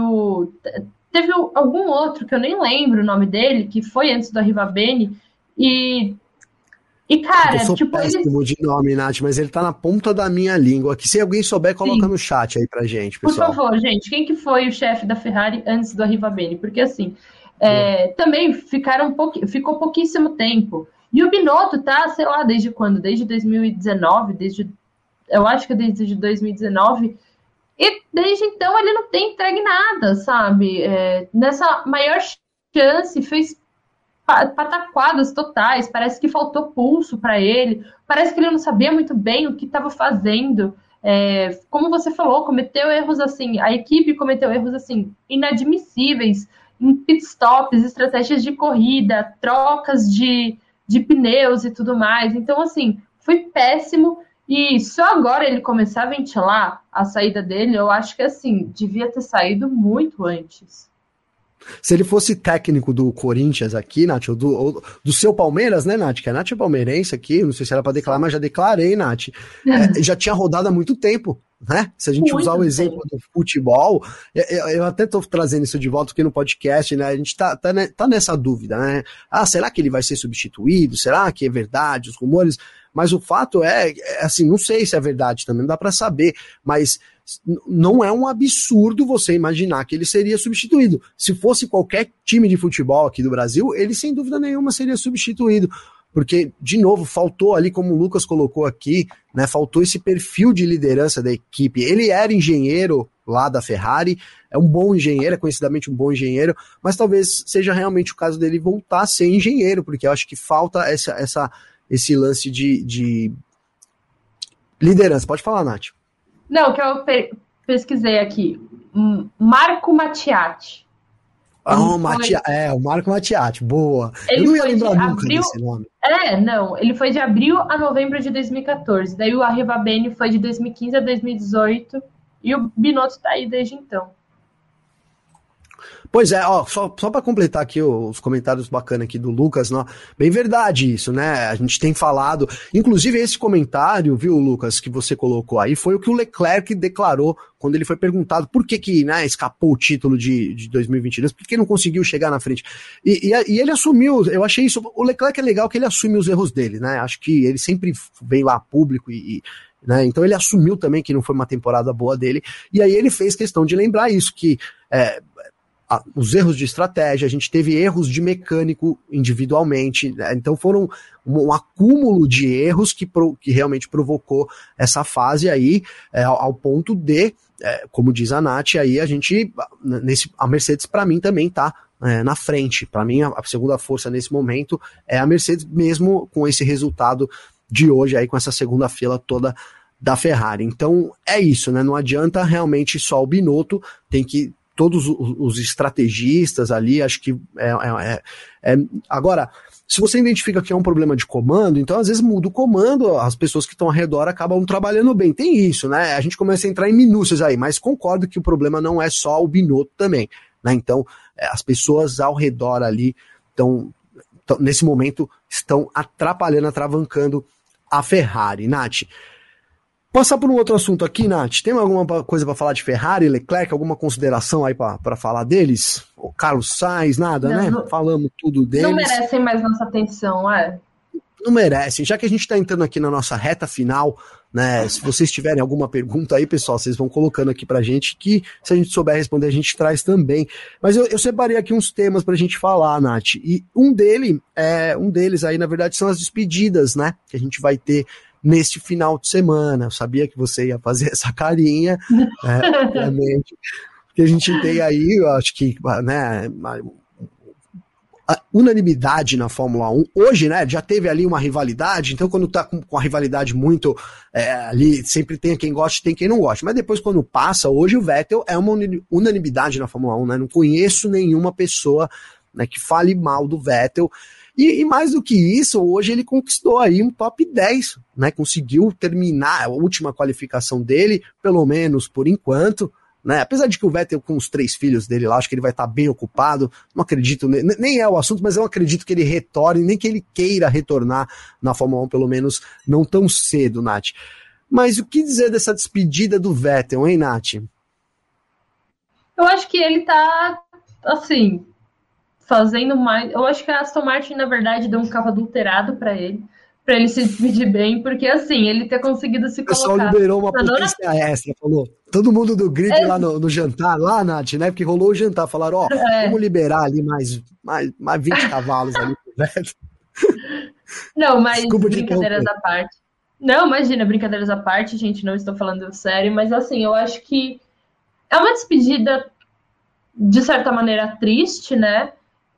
algum outro, que eu nem lembro o nome dele, que foi antes do Arrivabene, e cara, eu sou péssimo de nome, Nath, mas ele tá na ponta da minha língua aqui. Se alguém souber, coloca no chat aí pra gente, pessoal. Por favor, gente, quem que foi o chefe da Ferrari antes do Arrivabene? Porque assim, também ficou pouquíssimo tempo. E o Binotto tá, sei lá, desde quando? Desde 2019, eu acho que desde 2019, e desde então ele não tem entregue nada, sabe? Nessa maior chance, fez pataquadas totais, parece que faltou pulso para ele, parece que ele não sabia muito bem o que estava fazendo. Como você falou, cometeu erros assim, a equipe cometeu erros assim, inadmissíveis, em pitstops, estratégias de corrida, trocas de pneus e tudo mais. Então, assim, foi péssimo. E só agora ele começar a ventilar a saída dele, eu acho que, assim, devia ter saído muito antes. Se ele fosse técnico do Corinthians aqui, Nath, ou do seu Palmeiras, né, Nath? Que a Nath é palmeirense aqui, não sei se era para declarar, mas já declarei, Nath. Já tinha rodado há muito tempo, né? Se a gente usar o exemplo do futebol, eu até tô trazendo isso de volta aqui no podcast, né? A gente tá nessa dúvida, né? Será que ele vai ser substituído? Será que é verdade, os rumores? Mas o fato assim, não sei se é verdade também, não dá para saber, mas não é um absurdo você imaginar que ele seria substituído. Se fosse qualquer time de futebol aqui do Brasil, ele sem dúvida nenhuma seria substituído, porque, de novo, faltou ali, como o Lucas colocou aqui, né, faltou esse perfil de liderança da equipe. Ele era engenheiro lá da Ferrari, é um bom engenheiro, é conhecidamente um bom engenheiro, mas talvez seja realmente o caso dele voltar a ser engenheiro, porque eu acho que falta esse lance de liderança. Pode falar, Nath. Não, que eu pesquisei aqui. Marco Mattiatti. O Marco Mattiatti, boa. Eu não ia lembrar nunca desse nome. Ele foi de abril a novembro de 2014. Daí o Arrivabene foi de 2015 a 2018. E o Binotto tá aí desde então. Pois é, ó, só para completar aqui os comentários bacanas aqui do Lucas, né? Bem verdade isso, né? A gente tem falado, inclusive esse comentário, viu, Lucas, que você colocou aí, foi o que o Leclerc declarou quando ele foi perguntado por que né, escapou o título de 2022, por que não conseguiu chegar na frente. E ele assumiu, eu achei isso, o Leclerc é legal que ele assume os erros dele, né? Acho que ele sempre vem lá público né, então ele assumiu também que não foi uma temporada boa dele, e aí ele fez questão de lembrar isso, que os erros de estratégia, a gente teve erros de mecânico individualmente, né? Então foram um acúmulo de erros que realmente provocou essa fase aí, ao ponto de, como diz a Nath, aí a Mercedes para mim também tá na frente. Para mim a segunda força nesse momento é a Mercedes, mesmo com esse resultado de hoje aí, com essa segunda fila toda da Ferrari. Então é isso, né? Não adianta realmente só o Binotto, tem que todos os estrategistas ali, acho que agora, se você identifica que é um problema de comando, então às vezes muda o comando, as pessoas que estão ao redor acabam trabalhando bem, tem isso, né? A gente começa a entrar em minúcias aí, mas concordo que o problema não é só o Binotto também, né? Então as pessoas ao redor ali nesse momento estão atrapalhando, atravancando a Ferrari. Nath, passar por um outro assunto aqui, Nath, tem alguma coisa para falar de Ferrari, Leclerc, alguma consideração aí para falar deles? O Carlos Sainz, nada, né? Falamos tudo deles. Não merecem mais nossa atenção, Não merecem. Já que a gente está entrando aqui na nossa reta final, né? Se vocês tiverem alguma pergunta aí, pessoal, vocês vão colocando aqui pra gente, que se a gente souber responder, a gente traz também. Mas eu separei aqui uns temas pra gente falar, Nath, e um deles aí, na verdade, são as despedidas, né? Que a gente vai ter neste final de semana. Eu sabia que você ia fazer essa carinha, obviamente, porque a gente tem aí, eu acho que, né, a unanimidade na Fórmula 1. Hoje, né, já teve ali uma rivalidade, então quando tá com a rivalidade muito ali, sempre tem quem gosta e tem quem não gosta, mas depois quando passa, hoje o Vettel é uma unanimidade na Fórmula 1, né, não conheço nenhuma pessoa, né, que fale mal do Vettel. E mais do que isso, hoje ele conquistou aí um top 10, né? Conseguiu terminar a última qualificação dele, pelo menos por enquanto, né? Apesar de que o Vettel com os 3 filhos dele lá, acho que ele vai estar bem ocupado, não acredito, nem é o assunto, mas eu acredito que ele retorne, nem que ele queira retornar na Fórmula 1, pelo menos não tão cedo, Nath. Mas o que dizer dessa despedida do Vettel, hein, Nath? Eu acho que ele tá, assim, fazendo mais. Eu acho que a Aston Martin, na verdade, deu um carro adulterado para ele se despedir bem, porque assim, ele ter conseguido se colocar. O pessoal liberou uma potência extra, falou. Todo mundo do grid lá no jantar, lá, Nath, né? Porque rolou o jantar, falaram, vamos liberar ali mais 20 cavalos ali pro Vettel. Não, mas brincadeiras à parte. Não, imagina, brincadeiras à parte, gente, não estou falando sério, mas assim, eu acho que é uma despedida, de certa maneira, triste, né?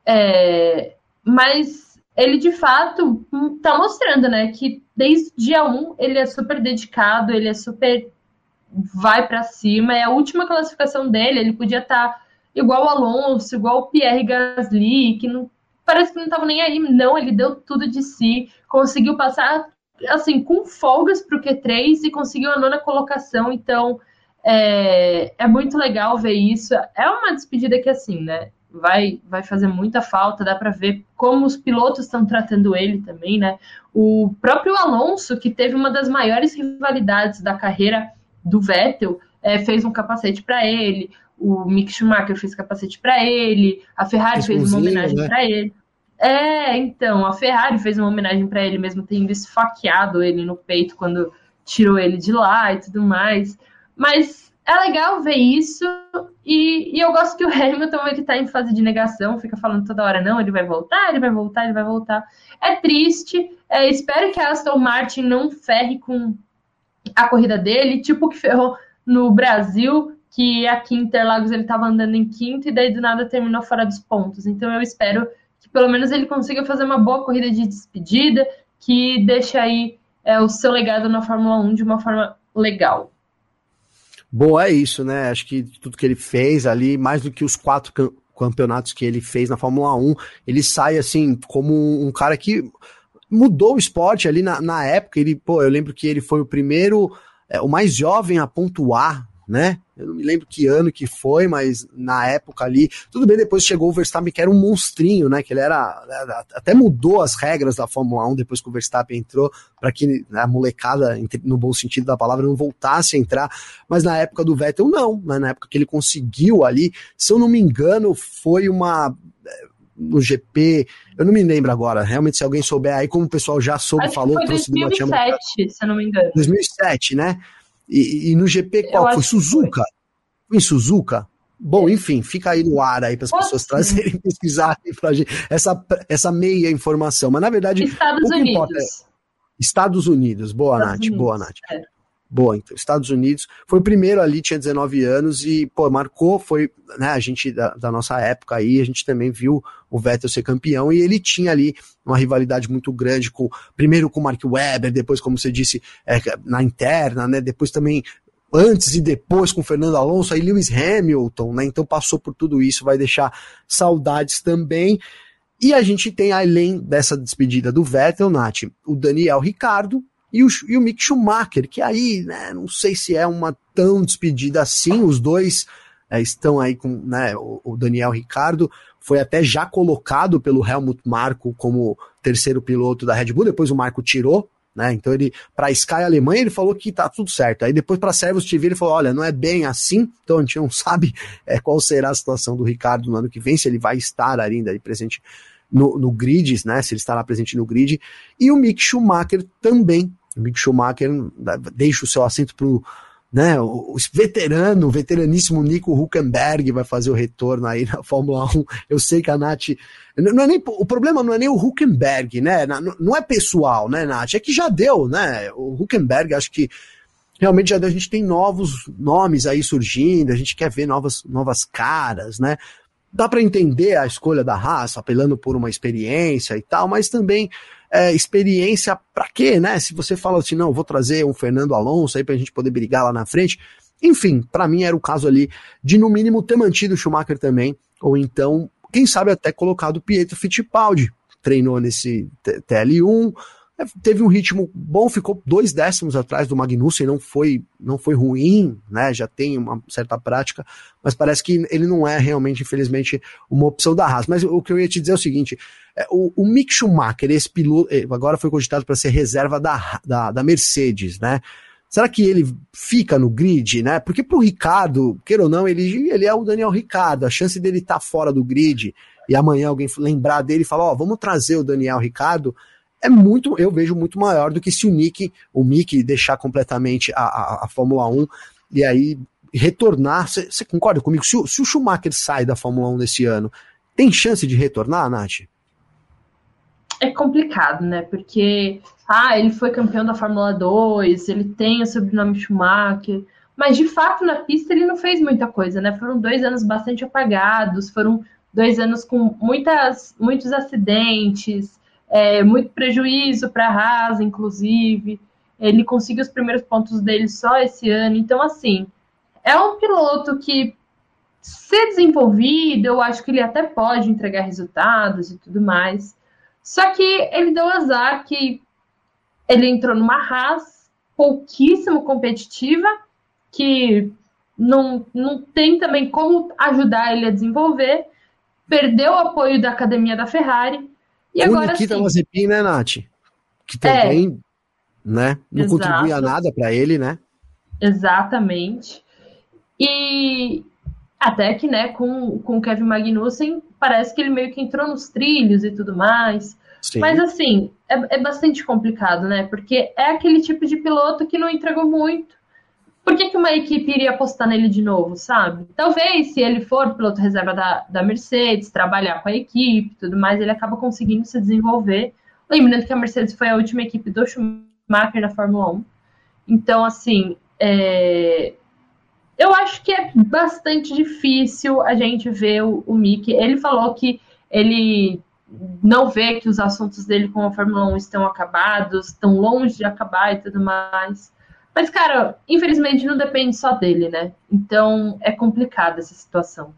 Mas ele de fato tá mostrando, né, que desde dia 1 ele é super dedicado, ele é super vai pra cima, é a última classificação dele, ele podia estar igual o Alonso, igual o Pierre Gasly, que não, parece que não tava nem aí, não, ele deu tudo de si, conseguiu passar, assim, com folgas pro Q3 e conseguiu a 9ª colocação, então é muito legal ver isso, é uma despedida que, assim, né, vai fazer muita falta, dá para ver como os pilotos estão tratando ele também, né? O próprio Alonso, que teve uma das maiores rivalidades da carreira do Vettel, fez um capacete para ele, o Mick Schumacher fez capacete para ele, a Ferrari fez uma homenagem, né, para ele. Então, a Ferrari fez uma homenagem para ele, mesmo tendo esfaqueado ele no peito quando tirou ele de lá e tudo mais. Mas é legal ver isso, e eu gosto que o Hamilton, ele tá em fase de negação, fica falando toda hora, não, ele vai voltar, ele vai voltar, ele vai voltar. É triste, espero que a Aston Martin não ferre com a corrida dele, tipo que ferrou no Brasil, que aqui em Interlagos ele tava andando em quinto, e daí do nada terminou fora dos pontos. Então eu espero que pelo menos ele consiga fazer uma boa corrida de despedida, que deixe aí o seu legado na Fórmula 1 de uma forma legal. Boa, é isso, né? Acho que tudo que ele fez ali, mais do que os 4 campeonatos que ele fez na Fórmula 1, ele sai, assim, como um cara que mudou o esporte ali na época. Eu lembro que ele foi o primeiro, o mais jovem a pontuar, né? Eu não me lembro que ano que foi, mas na época ali, tudo bem, depois chegou o Verstappen, que era um monstrinho, né? Que ele até mudou as regras da Fórmula 1 depois que o Verstappen entrou, para que a molecada, no bom sentido da palavra, não voltasse a entrar, mas na época do Vettel não, né? Na época que ele conseguiu ali, se eu não me engano, foi no GP, eu não me lembro agora, realmente se alguém souber aí, como o pessoal já soube, acho falou, que foi 2007, se eu não me engano. 2007, né? E no GP qual? Foi Suzuka? Foi em Suzuka? Bom, enfim, fica aí no ar aí para as pessoas trazerem, pesquisarem pra gente essa meia informação. Mas na verdade, Estados Unidos. Importa Estados Unidos. Boa, Nath. Boa, Nath. Boa, então, Estados Unidos. Foi o primeiro ali, tinha 19 anos e, marcou, foi, né, a gente da nossa época aí, a gente também viu o Vettel ser campeão e ele tinha ali uma rivalidade muito grande primeiro com o Mark Webber, depois, como você disse, na interna, né, depois também, antes e depois com o Fernando Alonso, aí Lewis Hamilton, né, então passou por tudo isso, vai deixar saudades também. E a gente tem, além dessa despedida do Vettel, Nath, o Daniel Ricciardo, e o Mick Schumacher, que aí, né, não sei se é uma tão despedida assim, os dois estão aí com, né, o Daniel Ricciardo foi até já colocado pelo Helmut Marko como terceiro piloto da Red Bull, depois o Marko tirou, né, então ele, para Sky Alemanha, ele falou que tá tudo certo, aí depois para Servus TV ele falou, olha, não é bem assim, então a gente não sabe qual será a situação do Ricciardo no ano que vem, se ele vai estar ainda aí presente no grid, né, se ele estará presente no grid, e o Mick Schumacher também. O Mick Schumacher deixa o seu assento pro, né, o veteraníssimo Nico Hülkenberg vai fazer o retorno aí na Fórmula 1. Eu sei que a Nath, o problema não é nem o Hülkenberg, né, não é pessoal, né, Nath, é que já deu, né, o Hülkenberg acho que realmente já deu, a gente tem novos nomes aí surgindo, a gente quer ver novas caras, né, dá para entender a escolha da Haas, apelando por uma experiência e tal, mas também experiência para quê, né? Se você fala assim, não, vou trazer um Fernando Alonso aí pra gente poder brigar lá na frente. Enfim, para mim era o caso ali de, no mínimo, ter mantido o Schumacher também, ou então, quem sabe até colocado o Pietro Fittipaldi. Treinou nesse TL1, teve um ritmo bom, ficou 2 décimos atrás do Magnussen, não foi ruim, né? Já tem uma certa prática, mas parece que ele não é realmente, infelizmente, uma opção da Haas. Mas o que eu ia te dizer é o seguinte, o Mick Schumacher, esse piloto, agora foi cogitado para ser reserva da Mercedes, né? Será que ele fica no grid, né? Porque pro Ricardo, queira ou não, ele é o Daniel Ricciardo, a chance dele estar fora do grid e amanhã alguém lembrar dele e falar, vamos trazer o Daniel Ricciardo, eu vejo muito maior do que se o Mick deixar completamente a Fórmula 1 e aí retornar. Você concorda comigo? Se o Schumacher sai da Fórmula 1 nesse ano, tem chance de retornar, Nath? É complicado, né? Porque ele foi campeão da Fórmula 2, ele tem o sobrenome Schumacher, mas de fato na pista ele não fez muita coisa, né? Foram 2 anos bastante apagados, foram 2 anos com muitos acidentes, muito prejuízo para a Haas, inclusive. Ele conseguiu os primeiros pontos dele só esse ano. Então, assim, é um piloto que, ser desenvolvido, eu acho que ele até pode entregar resultados e tudo mais. Só que ele deu azar que ele entrou numa Haas pouquíssimo competitiva, que não tem também como ajudar ele a desenvolver, perdeu o apoio da academia da Ferrari, e agora sim. Nikita Mazepin, né, Nath? Que também, né, não contribuía nada para ele, né? Exatamente. E até que, né, com o Kevin Magnussen, parece que ele meio que entrou nos trilhos e tudo mais. Sim. Mas, assim, é bastante complicado, né? Porque é aquele tipo de piloto que não entregou muito. Por que uma equipe iria apostar nele de novo, sabe? Talvez, se ele for piloto reserva da Mercedes, trabalhar com a equipe e tudo mais, ele acaba conseguindo se desenvolver. Lembrando que a Mercedes foi a última equipe do Schumacher na Fórmula 1. Então, assim, eu acho que é bastante difícil a gente ver o Mick. Ele falou que ele não vê que os assuntos dele com a Fórmula 1 estão acabados, estão longe de acabar e tudo mais. Mas, cara, infelizmente não depende só dele, né? Então é complicada essa situação.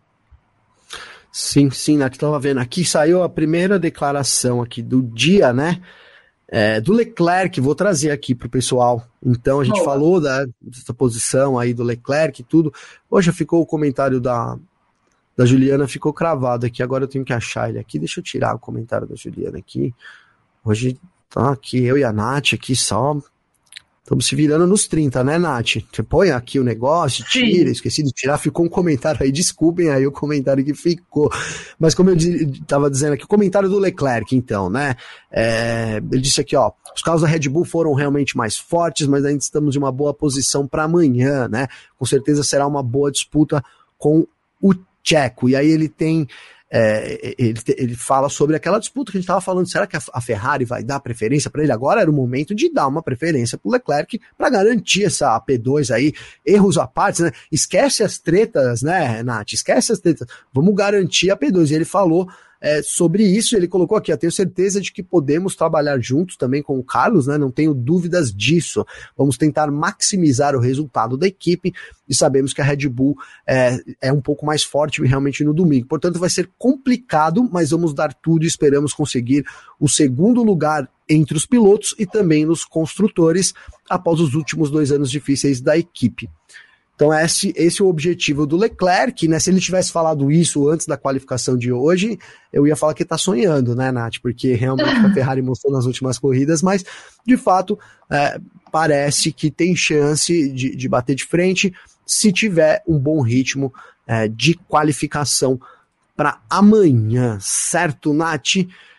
Sim, Nath, estava vendo. Aqui saiu a primeira declaração aqui do dia, né? Do Leclerc, vou trazer aqui para o pessoal. Então a gente falou dessa posição aí do Leclerc e tudo. Hoje ficou o comentário da Juliana, ficou cravado aqui. Agora eu tenho que achar ele aqui. Deixa eu tirar o comentário da Juliana aqui. Hoje tá aqui eu e a Nath aqui só. Estamos se virando nos 30, né, Nath? Você põe aqui o negócio, tira, esqueci de tirar, ficou um comentário aí, desculpem aí o comentário que ficou. Mas como eu estava dizendo aqui, o comentário do Leclerc, então, né? Ele disse aqui, ó, os carros da Red Bull foram realmente mais fortes, mas ainda estamos em uma boa posição para amanhã, né? Com certeza será uma boa disputa com o Checo. E aí ele tem... ele fala sobre aquela disputa que a gente estava falando, será que a Ferrari vai dar preferência para ele? Agora era o momento de dar uma preferência para o Leclerc para garantir essa P2 aí, erros à parte, né? Esquece as tretas, né, Nath? Esquece as tretas, vamos garantir a P2. E ele falou sobre isso, ele colocou aqui, eu tenho certeza de que podemos trabalhar juntos também com o Carlos, né? Não tenho dúvidas disso. Vamos tentar maximizar o resultado da equipe e sabemos que a Red Bull é um pouco mais forte realmente no domingo. Portanto, vai ser complicado, mas vamos dar tudo e esperamos conseguir o segundo lugar entre os pilotos e também nos construtores após os últimos 2 anos difíceis da equipe. Então esse é o objetivo do Leclerc, né? Se ele tivesse falado isso antes da qualificação de hoje, eu ia falar que tá sonhando, né, Nath? Porque realmente a Ferrari mostrou nas últimas corridas, mas de fato parece que tem chance de bater de frente se tiver um bom ritmo de qualificação para amanhã, certo, Nath?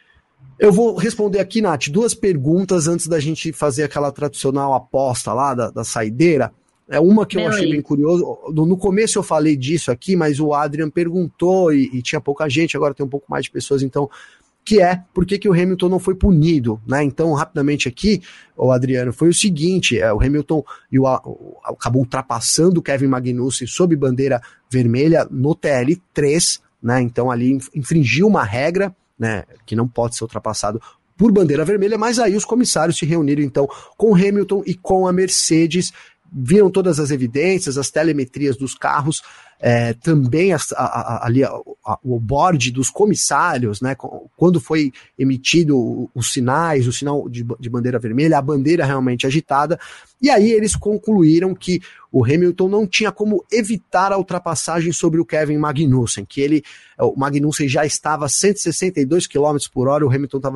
Eu vou responder aqui, Nath, 2 perguntas antes da gente fazer aquela tradicional aposta lá da saideira. Uma que eu achei bem curioso, no começo eu falei disso aqui, mas o Adrian perguntou e tinha pouca gente, agora tem um pouco mais de pessoas, então, que por que o Hamilton não foi punido, né? Então, rapidamente aqui, o Adriano, foi o seguinte, o Hamilton acabou ultrapassando o Kevin Magnussen sob bandeira vermelha no TL3, né? Então ali infringiu uma regra, né, que não pode ser ultrapassado por bandeira vermelha, mas aí os comissários se reuniram então com o Hamilton e com a Mercedes, viram todas as evidências, as telemetrias dos carros, também ali o board dos comissários, né, quando foi emitido os sinais, o sinal de bandeira vermelha, a bandeira realmente agitada, e aí eles concluíram que o Hamilton não tinha como evitar a ultrapassagem sobre o Kevin Magnussen, que o Magnussen já estava a 162 km por hora, o Hamilton estava a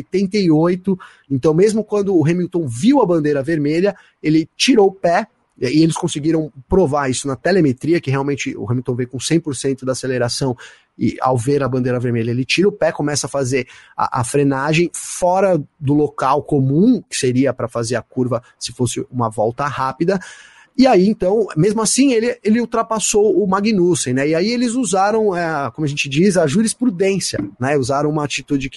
288, então mesmo quando o Hamilton viu a bandeira vermelha, ele tirou o pé, e eles conseguiram provar isso na telemetria, que realmente o Hamilton veio com 100% da aceleração, e ao ver a bandeira vermelha, ele tira o pé, começa a fazer a frenagem fora do local comum, que seria para fazer a curva se fosse uma volta rápida. E aí, então, mesmo assim, ele ultrapassou o Magnussen, né? E aí eles usaram, como a gente diz, a jurisprudência, né? Usaram uma atitude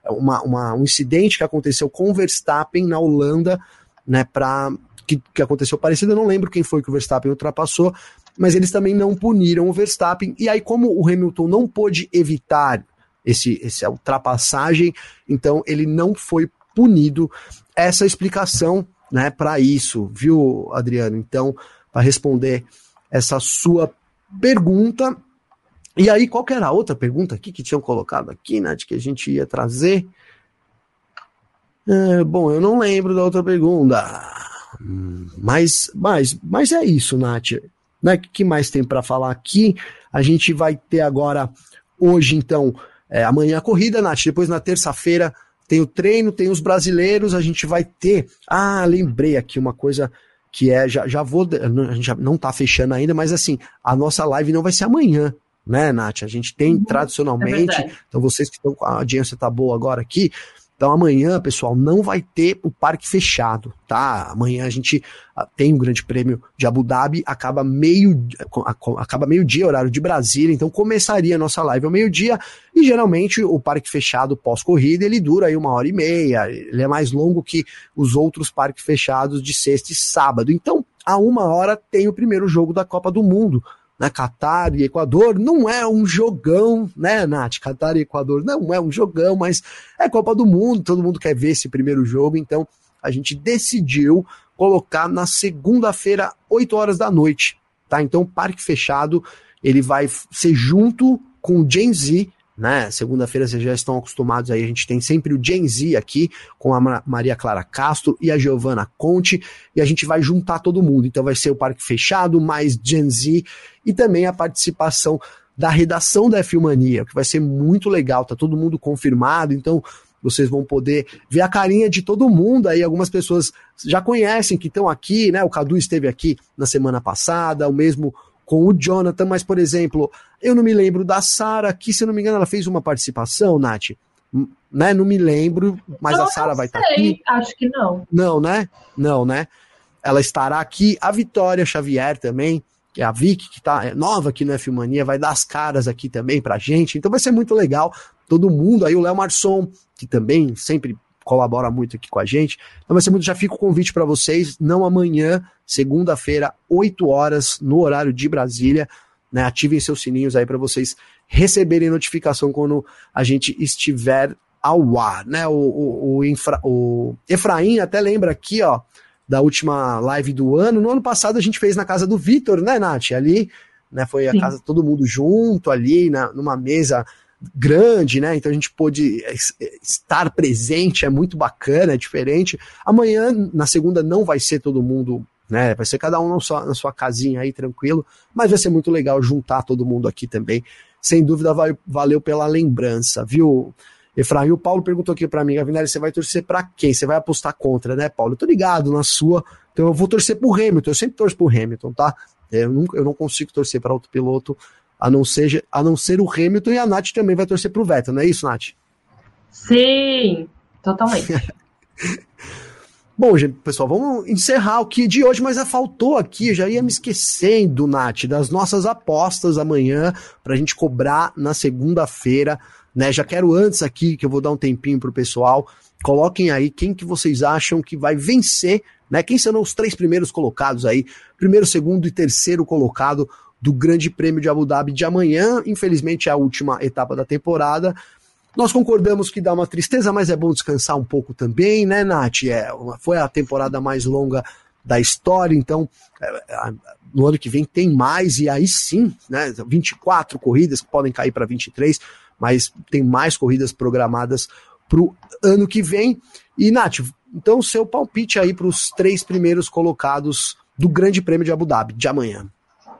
um incidente que aconteceu com o Verstappen na Holanda, né? Que aconteceu parecido, eu não lembro quem foi que o Verstappen ultrapassou, mas eles também não puniram o Verstappen, e aí como o Hamilton não pôde evitar essa ultrapassagem, então ele não foi punido. Essa explicação, né, para isso, viu, Adriano? Então, para responder essa sua pergunta, e aí qual que era a outra pergunta aqui que tinham colocado aqui, Nath, que a gente ia trazer? Bom, eu não lembro da outra pergunta. Mas é isso, Nath. Né? O que mais tem para falar aqui? A gente vai ter agora, hoje então, amanhã a corrida, Nath. Depois na terça-feira tem o treino, tem os brasileiros. A gente vai ter. Lembrei aqui uma coisa que já vou. A gente já não tá fechando ainda, mas assim, a nossa live não vai ser amanhã, né, Nath? A gente tem tradicionalmente. Então vocês que estão com a audiência tá boa agora aqui. Então amanhã, pessoal, não vai ter o parque fechado, tá? Amanhã a gente tem o Grande Prêmio de Abu Dhabi, acaba meio-dia, horário de Brasília, então começaria a nossa live ao meio-dia, e geralmente o parque fechado pós-corrida, ele dura aí 1h30, ele é mais longo que os outros parques fechados de sexta e sábado. Então, a 1h tem o primeiro jogo da Copa do Mundo, né? Catar e Equador não é um jogão, né, Nath? Catar e Equador não é um jogão, mas é Copa do Mundo, todo mundo quer ver esse primeiro jogo, então a gente decidiu colocar na segunda-feira, 8h da noite, tá? Então o parque fechado, ele vai ser junto com o Gen Z, né? Segunda-feira vocês já estão acostumados aí, a gente tem sempre o Gen Z aqui, com a Maria Clara Castro e a Giovana Conte, e a gente vai juntar todo mundo. Então vai ser o Parque Fechado, mais Gen Z, e também a participação da redação da F1 Mania, que vai ser muito legal, tá todo mundo confirmado, então vocês vão poder ver a carinha de todo mundo aí, algumas pessoas já conhecem que estão aqui, né? O Cadu esteve aqui na semana passada, o mesmo com o Jonathan, mas, por exemplo, eu não me lembro da Sara, que, se eu não me engano, ela fez uma participação, Nath, né? Não me lembro, mas a Sara vai estar aqui. Acho que não. Não, né? Não, né? Ela estará aqui, a Vitória Xavier também, que é a Vicky, que tá nova aqui no F1 Mania, vai dar as caras aqui também pra gente, então vai ser muito legal, todo mundo, aí o Léo Marçom, que também sempre colabora muito aqui com a gente. Então vai ser muito, já fica o convite para vocês, não amanhã, segunda-feira, 8 horas, no horário de Brasília, né? Ativem seus sininhos aí para vocês receberem notificação quando a gente estiver ao ar, né? O Efraim até lembra aqui, ó, da última live do ano. No ano passado a gente fez na casa do Vitor, né, Nath? Ali, né? Foi a Sim. casa todo mundo junto ali, numa mesa grande, né? Então a gente pôde estar presente, é muito bacana, é diferente. Amanhã, na segunda, não vai ser todo mundo, né? Vai ser cada um na sua casinha aí, tranquilo, mas vai ser muito legal juntar todo mundo aqui também. Sem dúvida, valeu pela lembrança, viu, Efraim? O Paulo perguntou aqui pra mim, Gavinelli, você vai torcer pra quem? Você vai apostar contra, né, Paulo? Eu tô ligado na sua, então eu vou torcer pro Hamilton, eu sempre torço pro Hamilton, tá? Eu não consigo torcer para outro piloto, a não ser o Hamilton, e a Nath também vai torcer pro Vettel, não é isso, Nath? Sim, totalmente. Bom, gente, pessoal, vamos encerrar o que de hoje, mas já faltou aqui, eu já ia me esquecendo, Nath, das nossas apostas amanhã, pra gente cobrar na segunda-feira, né? Já quero antes aqui, que eu vou dar um tempinho pro pessoal, coloquem aí quem que vocês acham que vai vencer, né? Quem serão os 3 primeiros colocados aí, primeiro, segundo e terceiro colocado do Grande Prêmio de Abu Dhabi de amanhã. Infelizmente é a última etapa da temporada. Nós concordamos que dá uma tristeza, mas é bom descansar um pouco também, né, Nath? Foi a temporada mais longa da história, então no ano que vem tem mais, e aí sim, né, 24 corridas que podem cair para 23, mas tem mais corridas programadas para o ano que vem. E, Nath, então seu palpite aí para os 3 primeiros colocados do Grande Prêmio de Abu Dhabi de amanhã.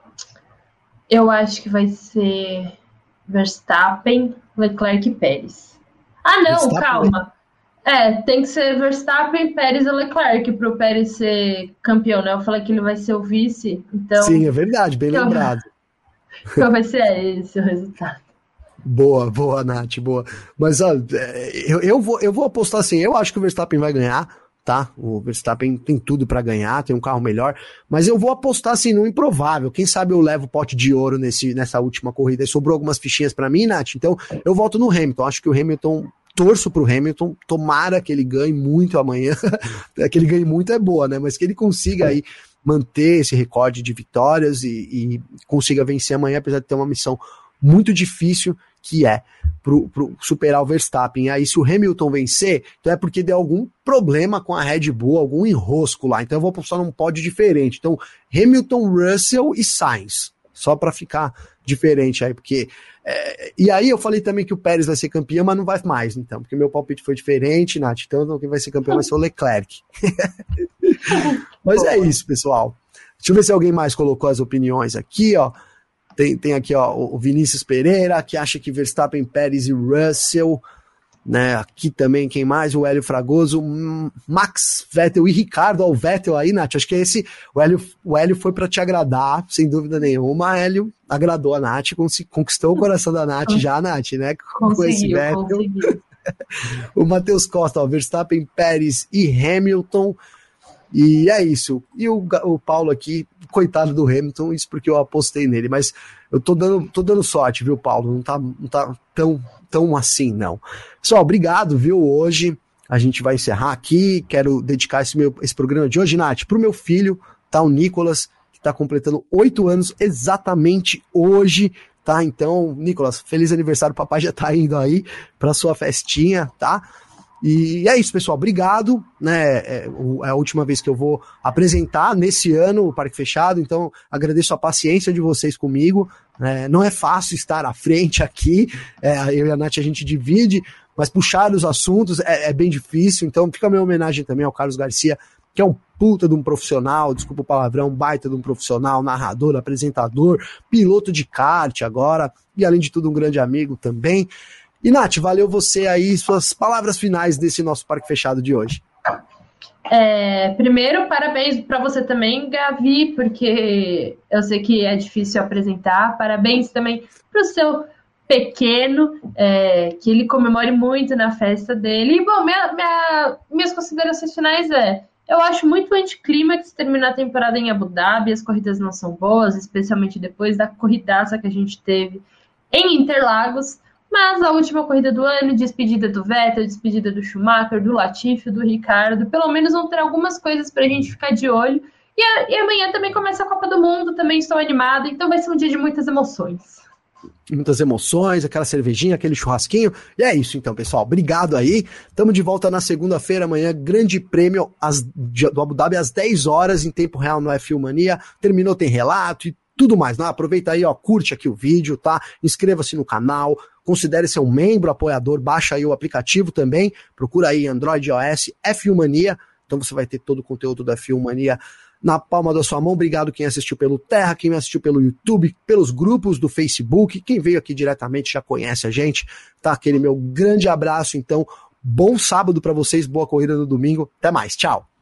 Eu acho que vai ser Verstappen, Leclerc e Pérez. Ah, não, Verstappen. Calma. Tem que ser Verstappen, Pérez e Leclerc para o Pérez ser campeão, né? Eu falei que ele vai ser o vice, então... Sim, é verdade, bem lembrado. Então vai ser esse o resultado. Boa, Nath, boa. Mas ó, eu vou apostar assim, eu acho que o Verstappen vai ganhar, tá? O Verstappen tem tudo pra ganhar, tem um carro melhor, mas eu vou apostar assim no improvável. Quem sabe eu levo o pote de ouro nessa última corrida. E sobrou algumas fichinhas pra mim, Nath, então eu volto no Hamilton. Acho que o Hamilton, torço pro Hamilton, tomara que ele ganhe muito amanhã. Que ele ganhe muito é boa, né? Mas que ele consiga aí manter esse recorde de vitórias e consiga vencer amanhã, apesar de ter uma missão muito difícil, que é pro superar o Verstappen. Aí se o Hamilton vencer, então é porque deu algum problema com a Red Bull, algum enrosco lá, então eu vou postar num pódio diferente. Então Hamilton, Russell e Sainz, só para ficar diferente aí, porque e aí eu falei também que o Pérez vai ser campeão, mas não vai mais, então, porque meu palpite foi diferente, Nath, então quem vai ser campeão vai ser o Leclerc. Mas é isso, pessoal. Deixa eu ver se alguém mais colocou as opiniões aqui, ó. Tem aqui, ó, o Vinícius Pereira, que acha que Verstappen, Pérez e Russell, né? Aqui também, quem mais? O Hélio Fragoso, Max, Vettel e Ricardo, ó, o Vettel aí, Nath, acho que esse, o Hélio foi para te agradar, sem dúvida nenhuma. Hélio agradou a Nath, conquistou o coração da Nath já, Nath, né? Com esse Vettel. O Matheus Costa, ó, Verstappen, Pérez e Hamilton. E é isso. E o Paulo aqui, coitado do Hamilton, isso porque eu apostei nele, mas eu tô dando sorte, viu, Paulo? Não tá tão assim, não. Pessoal, obrigado, viu? Hoje a gente vai encerrar aqui. Quero dedicar esse programa de hoje, Nath, pro meu filho, tá? O Nicolas, que tá completando 8 anos exatamente hoje, tá? Então, Nicolas, feliz aniversário, papai já tá indo aí pra sua festinha, tá? E é isso, pessoal, obrigado, né, é a última vez que eu vou apresentar nesse ano o Parque Fechado, então agradeço a paciência de vocês comigo, não é fácil estar à frente aqui, eu e a Nath a gente divide, mas puxar os assuntos é bem difícil, então fica a minha homenagem também ao Carlos Garcia, que é um puta de um profissional, desculpa o palavrão, baita de um profissional, narrador, apresentador, piloto de kart agora, e além de tudo um grande amigo também. E Nath, valeu você aí, suas palavras finais desse nosso Parque Fechado de hoje. Primeiro, parabéns para você também, Gavi, porque eu sei que é difícil apresentar. Parabéns também para o seu pequeno, que ele comemore muito na festa dele. E, bom, minhas considerações finais eu acho muito anticlímax terminar a temporada em Abu Dhabi, as corridas não são boas, especialmente depois da corridaça que a gente teve em Interlagos. Mas a última corrida do ano, despedida do Vettel, despedida do Schumacher, do Latifi, do Ricardo, pelo menos vão ter algumas coisas pra gente ficar de olho. E amanhã também começa a Copa do Mundo, também estou animada, então vai ser um dia de muitas emoções. Muitas emoções, aquela cervejinha, aquele churrasquinho. E é isso então, pessoal. Obrigado aí. Estamos de volta na segunda-feira, amanhã, grande prêmio do Abu Dhabi às 10 horas, em tempo real no F1 Mania. Terminou, tem relato e tudo mais. Aproveita aí, curte aqui o vídeo, tá? Inscreva-se no canal. Considere ser um membro, apoiador, baixa aí o aplicativo também, procura aí Android e iOS, F1 Mania, então você vai ter todo o conteúdo da F1 Mania na palma da sua mão. Obrigado quem assistiu pelo Terra, quem assistiu pelo YouTube, pelos grupos do Facebook, quem veio aqui diretamente já conhece a gente, tá? Aquele meu grande abraço, então, bom sábado para vocês, boa corrida no domingo, até mais, tchau!